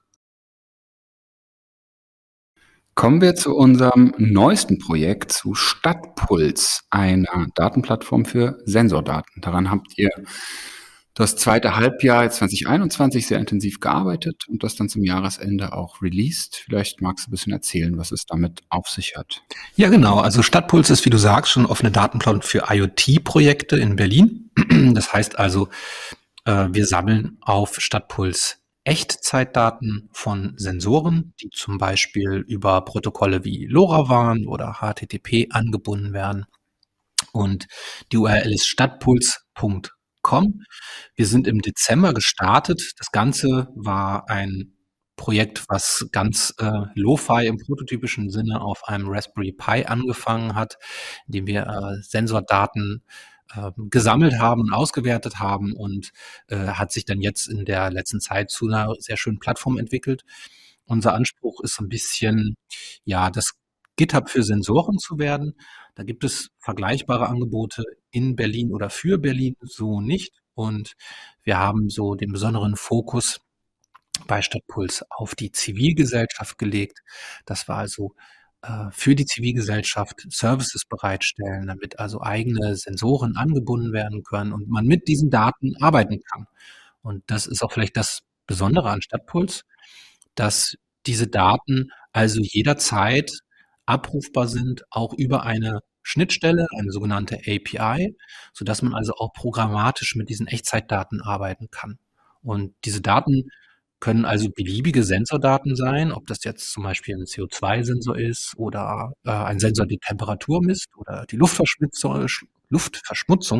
A: Kommen wir zu unserem neuesten Projekt, zu Stadtpuls, einer Datenplattform für Sensordaten. Daran habt ihr das zweite Halbjahr zwanzig einundzwanzig sehr intensiv gearbeitet und das dann zum Jahresende auch released. Vielleicht magst du ein bisschen erzählen, was es damit auf sich hat.
B: Ja, genau. Also Stadtpuls ist, wie du sagst, schon offene Datenplattform für IoT-Projekte in Berlin. Das heißt also, äh, wir sammeln auf Stadtpuls Echtzeitdaten von Sensoren, die zum Beispiel über Protokolle wie LoRaWAN oder H T T P angebunden werden. Und die U R L ist stadtpuls punkt com. Wir sind im Dezember gestartet. Das Ganze war ein Projekt, was ganz äh, Lo-Fi im prototypischen Sinne auf einem Raspberry Pi angefangen hat, indem wir äh, Sensordaten äh, gesammelt haben und ausgewertet haben, und äh, hat sich dann jetzt in der letzten Zeit zu einer sehr schönen Plattform entwickelt. Unser Anspruch ist ein bisschen, ja, das GitHub für Sensoren zu werden. Da gibt es vergleichbare Angebote in Berlin oder für Berlin so nicht. Und wir haben so den besonderen Fokus bei Stadtpuls auf die Zivilgesellschaft gelegt, dass wir also äh, für die Zivilgesellschaft Services bereitstellen, damit also eigene Sensoren angebunden werden können und man mit diesen Daten arbeiten kann. Und das ist auch vielleicht das Besondere an Stadtpuls, dass diese Daten also jederzeit abrufbar sind, auch über eine Schnittstelle, eine sogenannte A P I, sodass man also auch programmatisch mit diesen Echtzeitdaten arbeiten kann. Und diese Daten können also beliebige Sensordaten sein, ob das jetzt zum Beispiel ein C O zwei Sensor ist oder äh, ein Sensor, die Temperatur misst oder die Luftverschmutzung, Luftverschmutzung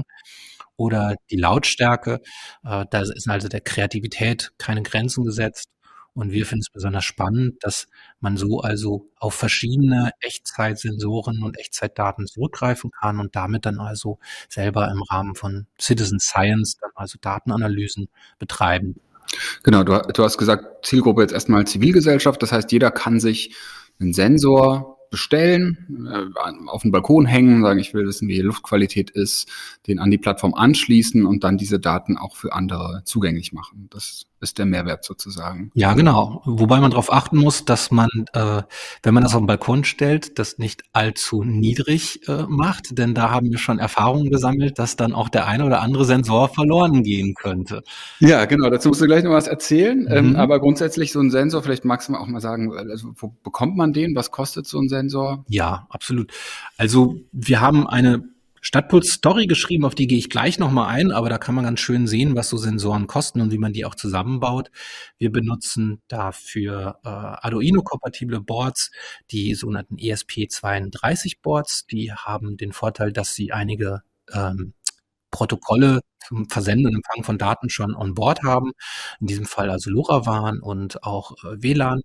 B: oder die Lautstärke. Äh, da ist also der Kreativität keine Grenzen gesetzt. Und wir finden es besonders spannend, dass man so also auf verschiedene Echtzeitsensoren und Echtzeitdaten zurückgreifen kann und damit dann also selber im Rahmen von Citizen Science dann also Datenanalysen betreiben.
A: Genau, du, du hast gesagt, Zielgruppe jetzt erstmal Zivilgesellschaft. Das heißt, jeder kann sich einen Sensor bestellen, äh, auf den Balkon hängen, sagen, ich will wissen, wie die Luftqualität ist, den an die Plattform anschließen und dann diese Daten auch für andere zugänglich machen. Das ist der Mehrwert sozusagen.
B: Ja, genau. Wobei man darauf achten muss, dass man, äh, wenn man das auf den Balkon stellt, das nicht allzu niedrig äh, macht, denn da haben wir schon Erfahrungen gesammelt, dass dann auch der eine oder andere Sensor verloren gehen könnte.
A: Ja, genau. Dazu musst du gleich noch was erzählen.
B: Mhm.
A: Ähm, aber grundsätzlich so ein Sensor, vielleicht magst du mal auch mal sagen, also, wo bekommt man den? Was kostet so ein Sensor?
B: Ja, absolut. Also wir haben eine Stadtpuls Story geschrieben, auf die gehe ich gleich nochmal ein, aber da kann man ganz schön sehen, was so Sensoren kosten und wie man die auch zusammenbaut. Wir benutzen dafür äh, Arduino-kompatible Boards, die sogenannten E S P zweiunddreißig Boards. Die haben den Vorteil, dass sie einige ähm, Protokolle zum Versenden und Empfang von Daten schon on board haben. In diesem Fall also LoRaWAN und auch äh, W L A N.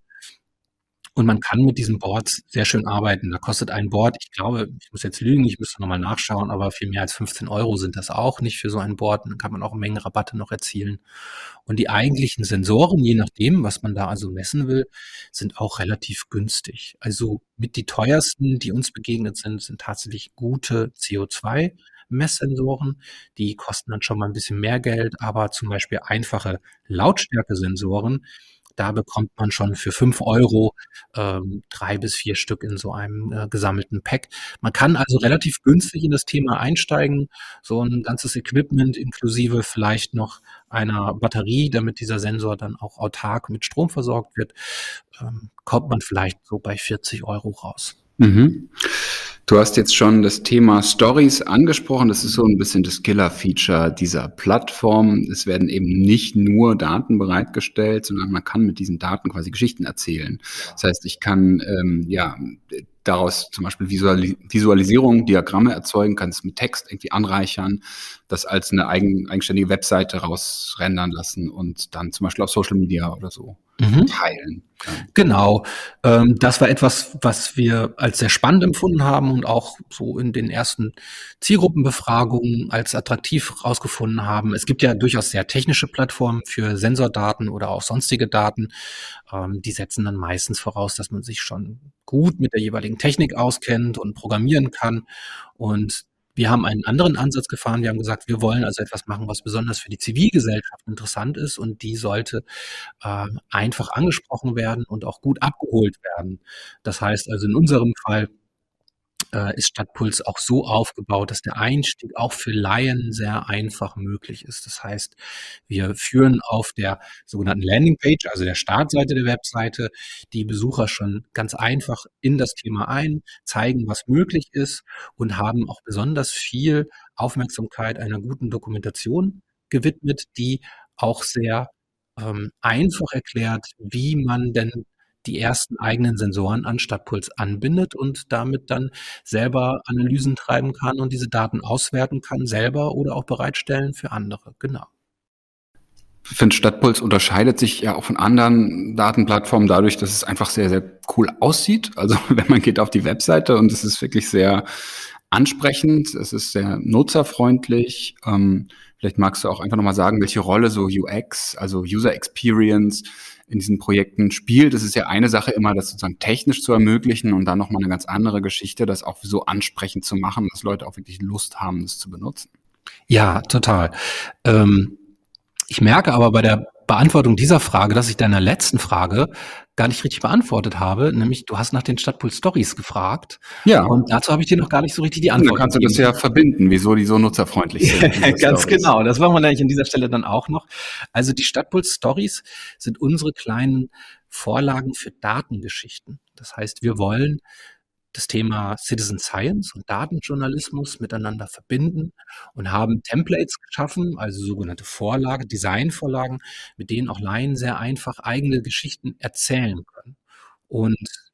B: Und man kann mit diesen Boards sehr schön arbeiten. Da kostet ein Board, ich glaube, ich muss jetzt lügen, ich müsste nochmal nachschauen, aber viel mehr als fünfzehn Euro sind das auch nicht für so ein Board. Dann kann man auch Mengen Rabatte noch erzielen. Und die eigentlichen Sensoren, je nachdem, was man da also messen will, sind auch relativ günstig. Also mit die teuersten, die uns begegnet sind, sind tatsächlich gute C O zwei Messsensoren. Die kosten dann schon mal ein bisschen mehr Geld, aber zum Beispiel einfache Lautstärkesensoren, da bekommt man schon für fünf Euro ähm, drei bis vier Stück in so einem äh, gesammelten Pack. Man kann also relativ günstig in das Thema einsteigen. So ein ganzes Equipment inklusive vielleicht noch einer Batterie, damit dieser Sensor dann auch autark mit Strom versorgt wird, ähm, kommt man vielleicht so bei vierzig Euro raus.
A: Mhm. Du hast jetzt schon das Thema Stories angesprochen. Das ist so ein bisschen das Killer-Feature dieser Plattform. Es werden eben nicht nur Daten bereitgestellt, sondern man kann mit diesen Daten quasi Geschichten erzählen. Das heißt, ich kann ähm, ja daraus zum Beispiel Visualis- Visualisierung, Diagramme erzeugen, kann es mit Text irgendwie anreichern, das als eine eigen, eigenständige Webseite rausrendern lassen und dann zum Beispiel auf Social Media oder so
B: Mhm.
A: teilen. Ja.
B: Genau. Ähm, das war etwas, was wir als sehr spannend empfunden haben und auch so in den ersten Zielgruppenbefragungen als attraktiv herausgefunden haben. Es gibt ja durchaus sehr technische Plattformen für Sensordaten oder auch sonstige Daten. Ähm, die setzen dann meistens voraus, dass man sich schon gut mit der jeweiligen Technik auskennt und programmieren kann. Und wir haben einen anderen Ansatz gefahren. Wir haben gesagt, wir wollen also etwas machen, was besonders für die Zivilgesellschaft interessant ist, und die sollte äh, einfach angesprochen werden und auch gut abgeholt werden. Das heißt also in unserem Fall äh, ist Stadtpuls auch so aufgebaut, dass der Einstieg auch für Laien sehr einfach möglich ist. Das heißt, wir führen auf der sogenannten Landingpage, also der Startseite der Webseite, die Besucher schon ganz einfach in das Thema ein, zeigen, was möglich ist, und haben auch besonders viel Aufmerksamkeit einer guten Dokumentation gewidmet, die auch sehr ähm, einfach erklärt, wie man denn die ersten eigenen Sensoren an Stadtpuls anbindet und damit dann selber Analysen treiben kann und diese Daten auswerten kann, selber oder auch bereitstellen für andere. Genau.
A: Ich finde, Stadtpuls unterscheidet sich ja auch von anderen Datenplattformen dadurch, dass es einfach sehr, sehr cool aussieht. Also wenn man geht auf die Webseite, und es ist wirklich sehr ansprechend, es ist sehr nutzerfreundlich. Ähm, vielleicht magst du auch einfach nochmal sagen, welche Rolle so U X, also User Experience, in diesen Projekten spielt. Es ist ja eine Sache immer, das sozusagen technisch zu ermöglichen, und dann nochmal eine ganz andere Geschichte, das auch so ansprechend zu machen, dass Leute auch wirklich Lust haben, das zu benutzen.
B: Ja, total. Ähm, ich merke aber bei der Beantwortung dieser Frage, dass ich deiner letzten Frage gar nicht richtig beantwortet habe, nämlich du hast nach den Stadtpuls Stories gefragt.
A: Ja.
B: Und dazu habe ich dir noch gar nicht so richtig die
A: Und
B: Antwort
A: dann kannst du das ja verbinden, wieso die so nutzerfreundlich sind. diese
B: Ganz
A: Stories.
B: genau, das machen wir nämlich an dieser Stelle dann auch noch. Also die Stadtpuls Stories sind unsere kleinen Vorlagen für Datengeschichten. Das heißt, wir wollen das Thema Citizen Science und Datenjournalismus miteinander verbinden und haben Templates geschaffen, also sogenannte Vorlagen, Designvorlagen, mit denen auch Laien sehr einfach eigene Geschichten erzählen können. Und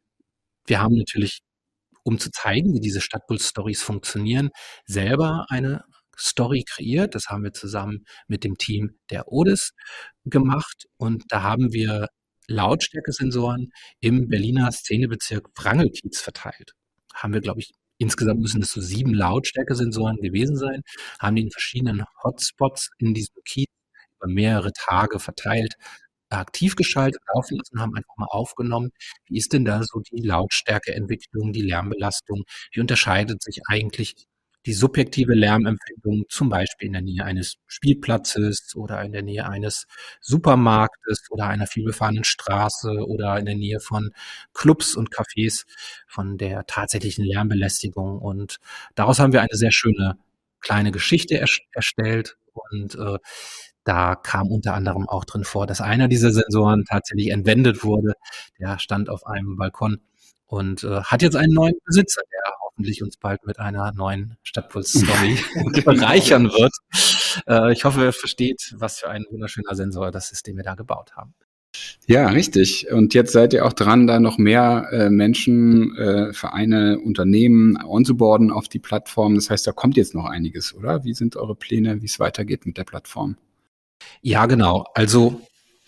B: wir haben natürlich, um zu zeigen, wie diese Stadtpuls-Stories funktionieren, selber eine Story kreiert. Das haben wir zusammen mit dem Team der Odis gemacht, und da haben wir Lautstärkesensoren im Berliner Szenebezirk Wrangelkiez verteilt. Haben wir, glaube ich, insgesamt müssen es so sieben Lautstärkesensoren gewesen sein, haben die in verschiedenen Hotspots in diesem Kiez über mehrere Tage verteilt aktiv geschaltet laufen lassen und haben einfach mal aufgenommen, wie ist denn da so die Lautstärkeentwicklung, die Lärmbelastung, wie unterscheidet sich eigentlich die subjektive Lärmempfindung, zum Beispiel in der Nähe eines Spielplatzes oder in der Nähe eines Supermarktes oder einer vielbefahrenen Straße oder in der Nähe von Clubs und Cafés, von der tatsächlichen Lärmbelästigung. Und daraus haben wir eine sehr schöne kleine Geschichte ers- erstellt, und äh, da kam unter anderem auch drin vor, dass einer dieser Sensoren tatsächlich entwendet wurde. Der stand auf einem Balkon und äh, hat jetzt einen neuen Besitzer, der hoffentlich uns bald mit einer neuen Stadtpuls-Story bereichern wird. Äh, ich hoffe, ihr versteht, was für ein wunderschöner Sensor das ist, den wir da gebaut haben.
A: Ja, richtig. Und jetzt seid ihr auch dran, da noch mehr äh, Menschen, äh, Vereine, Unternehmen onzuboarden auf die Plattform. Das heißt, da kommt jetzt noch einiges, oder? Wie sind eure Pläne, wie es weitergeht mit der Plattform?
B: Ja, genau. Also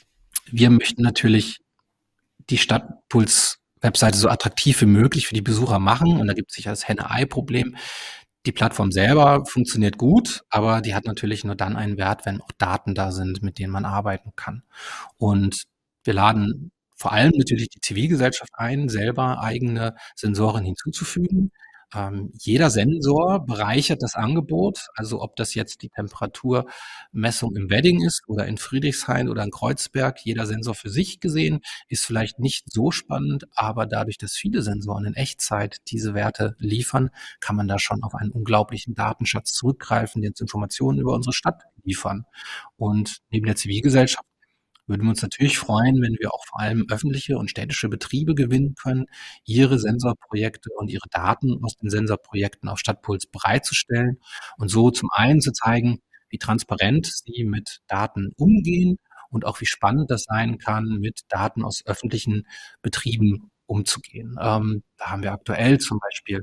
B: wir möchten natürlich die Stadtpuls-Webseite so attraktiv wie möglich für die Besucher machen. Und da gibt es sicher das Henne-Ei-Problem. Die Plattform selber funktioniert gut, aber die hat natürlich nur dann einen Wert, wenn auch Daten da sind, mit denen man arbeiten kann. Und wir laden vor allem natürlich die Zivilgesellschaft ein, selber eigene Sensoren hinzuzufügen. Ähm, jeder Sensor bereichert das Angebot, also ob das jetzt die Temperaturmessung im Wedding ist oder in Friedrichshain oder in Kreuzberg, jeder Sensor für sich gesehen ist vielleicht nicht so spannend, aber dadurch, dass viele Sensoren in Echtzeit diese Werte liefern, kann man da schon auf einen unglaublichen Datenschatz zurückgreifen, die uns Informationen über unsere Stadt liefern. Und neben der Zivilgesellschaft würden wir uns natürlich freuen, wenn wir auch vor allem öffentliche und städtische Betriebe gewinnen können, ihre Sensorprojekte und ihre Daten aus den Sensorprojekten auf Stadtpuls bereitzustellen und so zum einen zu zeigen, wie transparent sie mit Daten umgehen und auch wie spannend das sein kann, mit Daten aus öffentlichen Betrieben umzugehen. Ähm, da haben wir aktuell zum Beispiel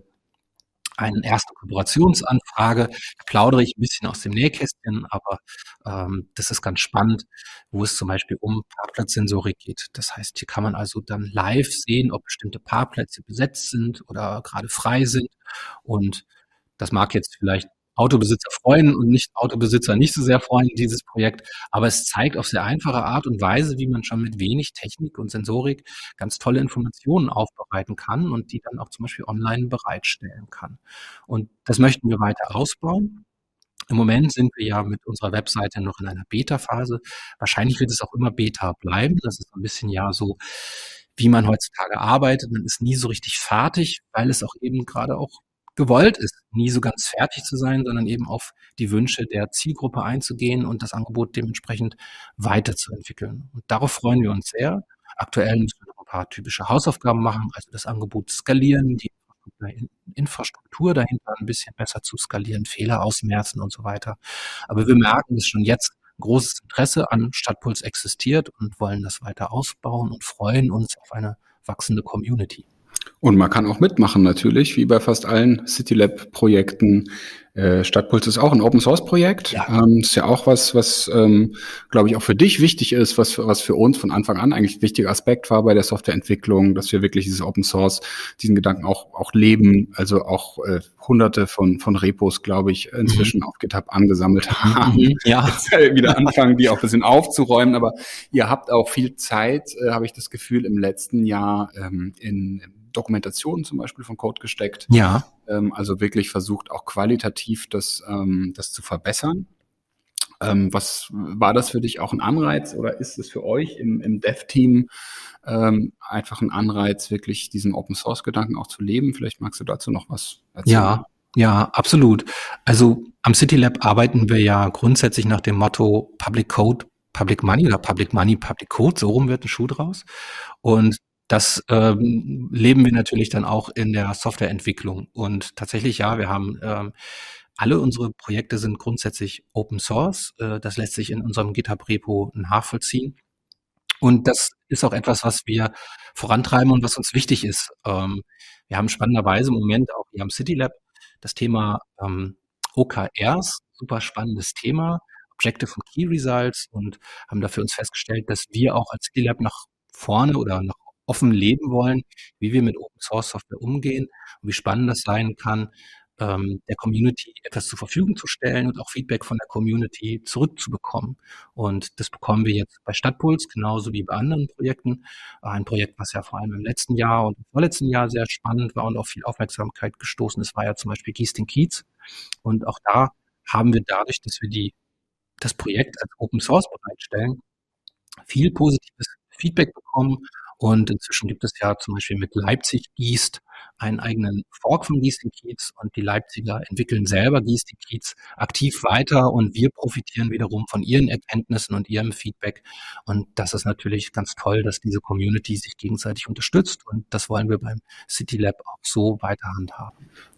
B: eine erste Kooperationsanfrage. Da plaudere ich ein bisschen aus dem Nähkästchen, aber ähm, das ist ganz spannend, wo es zum Beispiel um Parkplatzsensorik geht. Das heißt, hier kann man also dann live sehen, ob bestimmte Parkplätze besetzt sind oder gerade frei sind. Und das mag jetzt vielleicht Autobesitzer freuen und nicht Autobesitzer nicht so sehr freuen, dieses Projekt. Aber es zeigt auf sehr einfache Art und Weise, wie man schon mit wenig Technik und Sensorik ganz tolle Informationen aufbereiten kann und die dann auch zum Beispiel online bereitstellen kann. Und das möchten wir weiter ausbauen. Im Moment sind wir ja mit unserer Webseite noch in einer Beta-Phase. Wahrscheinlich wird es auch immer Beta bleiben. Das ist ein bisschen ja so, wie man heutzutage arbeitet. Man ist nie so richtig fertig, weil es auch eben gerade auch gewollt ist, nie so ganz fertig zu sein, sondern eben auf die Wünsche der Zielgruppe einzugehen und das Angebot dementsprechend weiterzuentwickeln. Und darauf freuen wir uns sehr. Aktuell müssen wir noch ein paar typische Hausaufgaben machen, also das Angebot skalieren, die Infrastruktur dahinter ein bisschen besser zu skalieren, Fehler ausmerzen und so weiter. Aber wir merken, dass schon jetzt großes Interesse an Stadtpuls existiert und wollen das weiter ausbauen und freuen uns auf eine wachsende Community.
A: Und man kann auch mitmachen natürlich, wie bei fast allen CityLab-Projekten. Äh, Stadtpuls ist auch ein Open-Source-Projekt.
B: Ja.
A: Ähm, ist ja auch was, was, ähm, glaube ich, auch für dich wichtig ist, was, was für uns von Anfang an eigentlich ein wichtiger Aspekt war bei der Softwareentwicklung, dass wir wirklich dieses Open-Source, diesen Gedanken auch, auch leben, also auch äh, hunderte von, von Repos, glaube ich, inzwischen mhm. auf GitHub angesammelt haben.
B: Mhm, ja.
A: Jetzt wieder anfangen, die auch ein bisschen aufzuräumen, aber ihr habt auch viel Zeit, äh, habe ich das Gefühl, im letzten Jahr ähm, in Dokumentationen zum Beispiel von Code gesteckt.
B: Ja.
A: Ähm, also wirklich versucht, auch qualitativ das, ähm, das zu verbessern. Ähm, was war das für dich auch ein Anreiz oder ist es für euch im, im Dev-Team ähm, einfach ein Anreiz, wirklich diesen Open-Source-Gedanken auch zu leben? Vielleicht magst du dazu noch was erzählen.
B: Ja, ja, absolut. Also am CityLab arbeiten wir ja grundsätzlich nach dem Motto Public Code, Public Money oder Public Money, Public Code. So rum wird ein Schuh draus. Und das ähm, leben wir natürlich dann auch in der Softwareentwicklung. Und tatsächlich, ja, wir haben ähm, alle unsere Projekte sind grundsätzlich Open Source. Äh, das lässt sich in unserem GitHub-Repo nachvollziehen. Und das ist auch etwas, was wir vorantreiben und was uns wichtig ist. Ähm, wir haben spannenderweise im Moment auch hier am CityLab das Thema ähm, O K Rs, super spannendes Thema, Objective und Key Results, und haben dafür uns festgestellt, dass wir auch als CityLab nach vorne oder nach offen leben wollen, wie wir mit Open Source Software umgehen und wie spannend das sein kann, ähm, der Community etwas zur Verfügung zu stellen und auch Feedback von der Community zurückzubekommen. Und das bekommen wir jetzt bei Stadtpuls, genauso wie bei anderen Projekten. Ein Projekt, was ja vor allem im letzten Jahr und im vorletzten Jahr sehr spannend war und auf viel Aufmerksamkeit gestoßen ist, war ja zum Beispiel Giesting Kiez. Und auch da haben wir dadurch, dass wir die, das Projekt als Open Source bereitstellen, viel positives Feedback bekommen. Und inzwischen gibt es ja zum Beispiel mit Leipzig Giest einen eigenen Fork von Giesting Kiez, und die Leipziger entwickeln selber Giesting Kiez aktiv weiter und wir profitieren wiederum von ihren Erkenntnissen und ihrem Feedback. Und das ist natürlich ganz toll, dass diese Community sich gegenseitig unterstützt, und das wollen wir beim CityLab auch so weiter handhaben.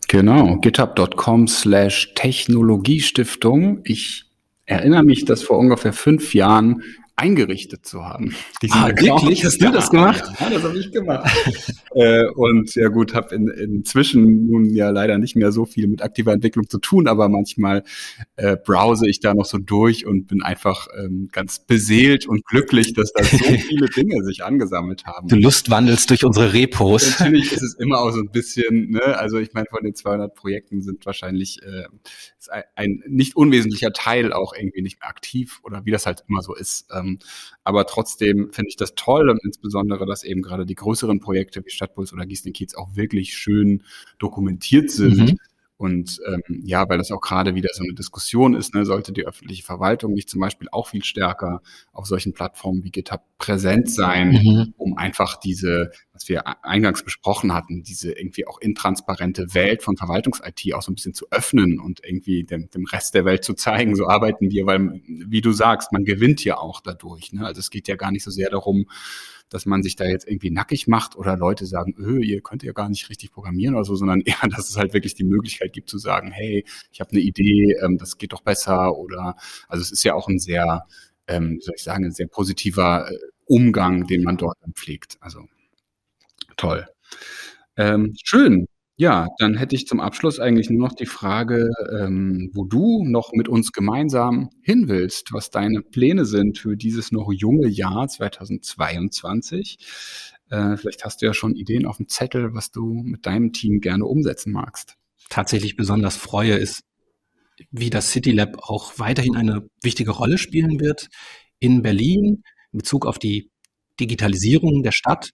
A: Genau, github.com slash Technologiestiftung. Ich erinnere mich, das vor ungefähr fünf Jahren eingerichtet zu haben.
B: Diesen ah, Account. Wirklich? Hast du das gemacht?
A: Ja, das habe ich gemacht. äh, und ja gut, habe in, inzwischen nun ja leider nicht mehr so viel mit aktiver Entwicklung zu tun, aber manchmal äh, browse ich da noch so durch und bin einfach ähm, ganz beseelt und glücklich, dass da so viele Dinge sich angesammelt haben.
B: Du lustwandelst durch unsere Repos.
A: Natürlich ist es immer auch so ein bisschen, ne, also ich meine, von den zweihundert Projekten sind wahrscheinlich äh, ist ein, ein nicht unwesentlicher Teil auch irgendwie nicht mehr aktiv oder wie das halt immer so ist. Ähm, aber trotzdem finde ich das toll und insbesondere, dass eben gerade die größeren Projekte wie Stadtpuls oder Gießen Kiez auch wirklich schön dokumentiert sind. Mhm. Und ähm, ja, weil das auch gerade wieder so eine Diskussion ist, ne, sollte die öffentliche Verwaltung nicht zum Beispiel auch viel stärker auf solchen Plattformen wie GitHub präsent sein, mhm. um einfach diese, was wir eingangs besprochen hatten, diese irgendwie auch intransparente Welt von Verwaltungs-I T auch so ein bisschen zu öffnen und irgendwie dem, dem Rest der Welt zu zeigen, so arbeiten wir, weil, wie du sagst, man gewinnt ja auch dadurch. Ne? Also es geht ja gar nicht so sehr darum, dass man sich da jetzt irgendwie nackig macht oder Leute sagen, öh, ihr könnt ja gar nicht richtig programmieren oder so, sondern eher, dass es halt wirklich die Möglichkeit gibt zu sagen, hey, ich habe eine Idee, ähm, das geht doch besser oder, also es ist ja auch ein sehr, ähm, wie soll ich sagen, ein sehr positiver äh, Umgang, den man dort dann pflegt. Also toll. Ähm, schön. Ja, dann hätte ich zum Abschluss eigentlich nur noch die Frage, ähm, wo du noch mit uns gemeinsam hin willst, was deine Pläne sind für dieses noch junge Jahr zweitausendzweiundzwanzig. Äh, vielleicht hast du ja schon Ideen auf dem Zettel, was du mit deinem Team gerne umsetzen magst.
B: Tatsächlich besonders freue ist, wie das City Lab auch weiterhin eine wichtige Rolle spielen wird in Berlin in Bezug auf die Digitalisierung der Stadt.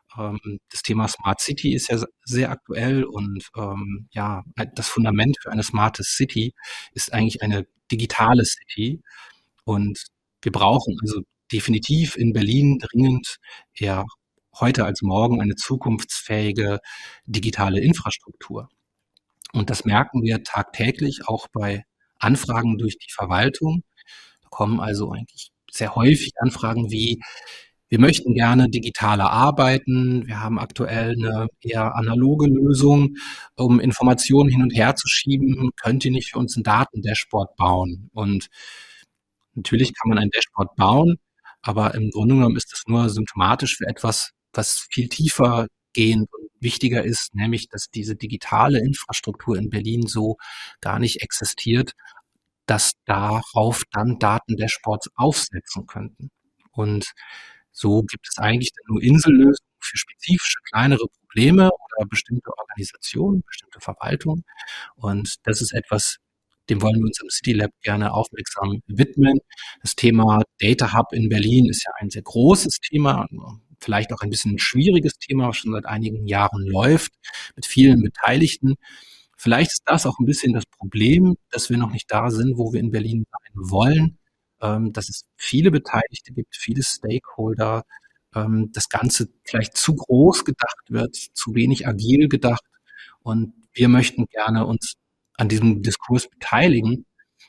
B: Das Thema Smart City ist ja sehr aktuell und ähm, ja, das Fundament für eine smarte City ist eigentlich eine digitale City und wir brauchen also definitiv in Berlin dringend eher heute als morgen eine zukunftsfähige digitale Infrastruktur. Und das merken wir tagtäglich auch bei Anfragen durch die Verwaltung. Da kommen also eigentlich sehr häufig Anfragen wie, wir möchten gerne digitaler arbeiten. Wir haben aktuell eine eher analoge Lösung, um Informationen hin und her zu schieben. Könnt ihr nicht für uns ein Datendashboard bauen? Und natürlich kann man ein Dashboard bauen, aber im Grunde genommen ist das nur symptomatisch für etwas, was viel tiefer gehend und wichtiger ist, nämlich, dass diese digitale Infrastruktur in Berlin so gar nicht existiert, dass darauf dann Datendashboards aufsetzen könnten. Und so gibt es eigentlich nur Insellösungen für spezifische kleinere Probleme oder bestimmte Organisationen, bestimmte Verwaltungen. Und das ist etwas, dem wollen wir uns im City Lab gerne aufmerksam widmen. Das Thema Data Hub in Berlin ist ja ein sehr großes Thema, vielleicht auch ein bisschen ein schwieriges Thema, was schon seit einigen Jahren läuft, mit vielen Beteiligten. Vielleicht ist das auch ein bisschen das Problem, dass wir noch nicht da sind, wo wir in Berlin sein wollen. Dass es viele Beteiligte gibt, viele Stakeholder, das Ganze vielleicht zu groß gedacht wird, zu wenig agil gedacht. Und wir möchten gerne uns an diesem Diskurs beteiligen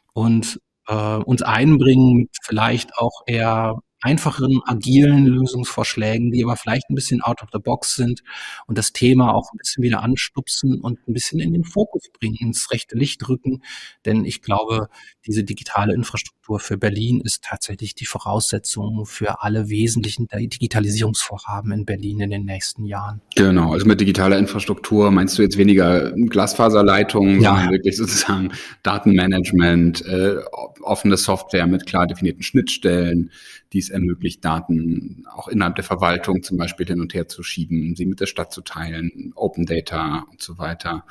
B: und äh, uns einbringen mit vielleicht auch eher einfacheren, agilen Lösungsvorschlägen, die aber vielleicht ein bisschen out of the box sind und das Thema auch ein bisschen wieder anstupsen und ein bisschen in den Fokus bringen, ins rechte Licht rücken. Denn ich glaube, diese digitale Infrastruktur für Berlin ist tatsächlich die Voraussetzung für alle wesentlichen Digitalisierungsvorhaben in Berlin in den nächsten Jahren.
A: Genau, also mit digitaler Infrastruktur meinst du jetzt weniger Glasfaserleitungen, ja, sondern wirklich sozusagen Datenmanagement, äh, offene Software mit klar definierten Schnittstellen, die es ermöglicht, Daten auch innerhalb der Verwaltung zum Beispiel hin und her zu schieben, sie mit der Stadt zu teilen, Open Data und so weiter.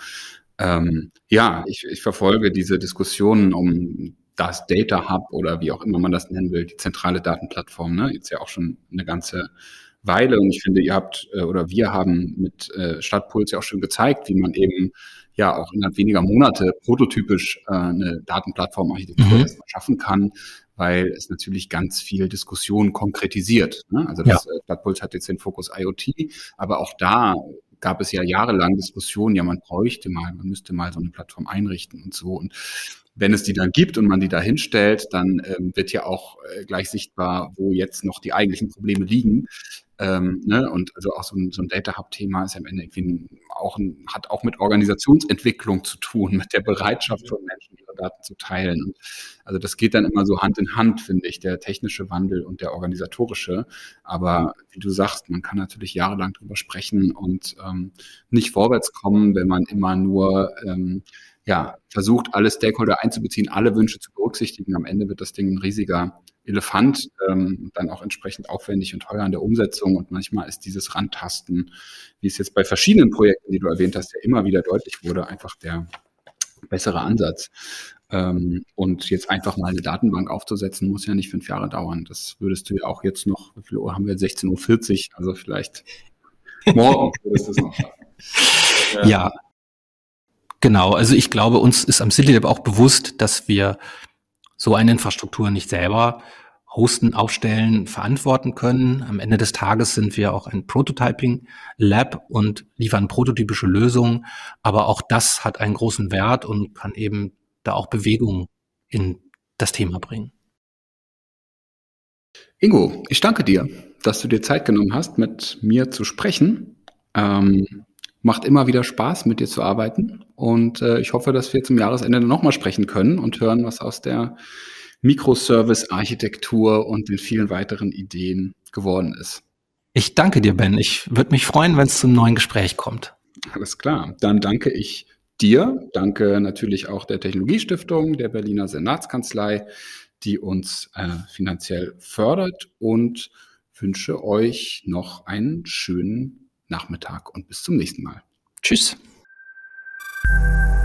A: Ähm, ja, ich, ich verfolge diese Diskussionen um das Data Hub oder wie auch immer man das nennen will, die zentrale Datenplattform, ne, jetzt ja auch schon eine ganze Weile. Und ich finde, ihr habt äh, oder wir haben mit äh, Stadtpuls ja auch schon gezeigt, wie man eben ja auch innerhalb weniger Monate prototypisch äh, eine Datenplattformarchitektur mhm. erstmal schaffen kann, weil es natürlich ganz viel Diskussion konkretisiert. Ne? Also das ja. äh, Stadtpuls hat jetzt den Fokus IoT, aber auch da gab es ja jahrelang Diskussionen, ja, man bräuchte mal, man müsste mal so eine Plattform einrichten und so. Und wenn es die dann gibt und man die da hinstellt, dann ähm, wird ja auch äh, gleich sichtbar, wo jetzt noch die eigentlichen Probleme liegen. Ähm, ne? Und also auch so ein, so ein Data Hub-Thema ist ja am Ende irgendwie ein, auch ein, hat auch mit Organisationsentwicklung zu tun, mit der Bereitschaft von Menschen, ihre Daten zu teilen. Und also das geht dann immer so Hand in Hand, finde ich, der technische Wandel und der organisatorische. Aber wie du sagst, man kann natürlich jahrelang drüber sprechen und ähm, nicht vorwärts kommen, wenn man immer nur ähm, ja, versucht, alle Stakeholder einzubeziehen, alle Wünsche zu berücksichtigen. Am Ende wird das Ding ein riesiger Elefant, ähm, dann auch entsprechend aufwendig und teuer in der Umsetzung. Und manchmal ist dieses Rantasten, wie es jetzt bei verschiedenen Projekten, die du erwähnt hast, ja immer wieder deutlich wurde, einfach der bessere Ansatz. Ähm, und jetzt einfach mal eine Datenbank aufzusetzen, muss ja nicht fünf Jahre dauern. Das würdest du ja auch jetzt noch, wie viel Uhr haben wir? sechzehn Uhr vierzig, also vielleicht morgen würdest du es noch schaffen.
B: Ja, genau. Also ich glaube, uns ist am CityLab auch bewusst, dass wir so eine Infrastruktur nicht selber hosten, aufstellen, verantworten können. Am Ende des Tages sind wir auch ein Prototyping-Lab und liefern prototypische Lösungen. Aber auch das hat einen großen Wert und kann eben da auch Bewegung in das Thema bringen.
A: Ingo, ich danke dir, dass du dir Zeit genommen hast, mit mir zu sprechen. Ähm, macht immer wieder Spaß, mit dir zu arbeiten. Und äh, ich hoffe, dass wir zum Jahresende nochmal sprechen können und hören, was aus der Microservice-Architektur und den vielen weiteren Ideen geworden ist.
B: Ich danke dir, Ben. Ich würde mich freuen, wenn es zum neuen Gespräch kommt.
A: Alles klar. Dann danke ich dir. Danke natürlich auch der Technologiestiftung, der Berliner Senatskanzlei, die uns äh, finanziell fördert, und wünsche euch noch einen schönen Nachmittag und bis zum nächsten Mal.
B: Tschüss.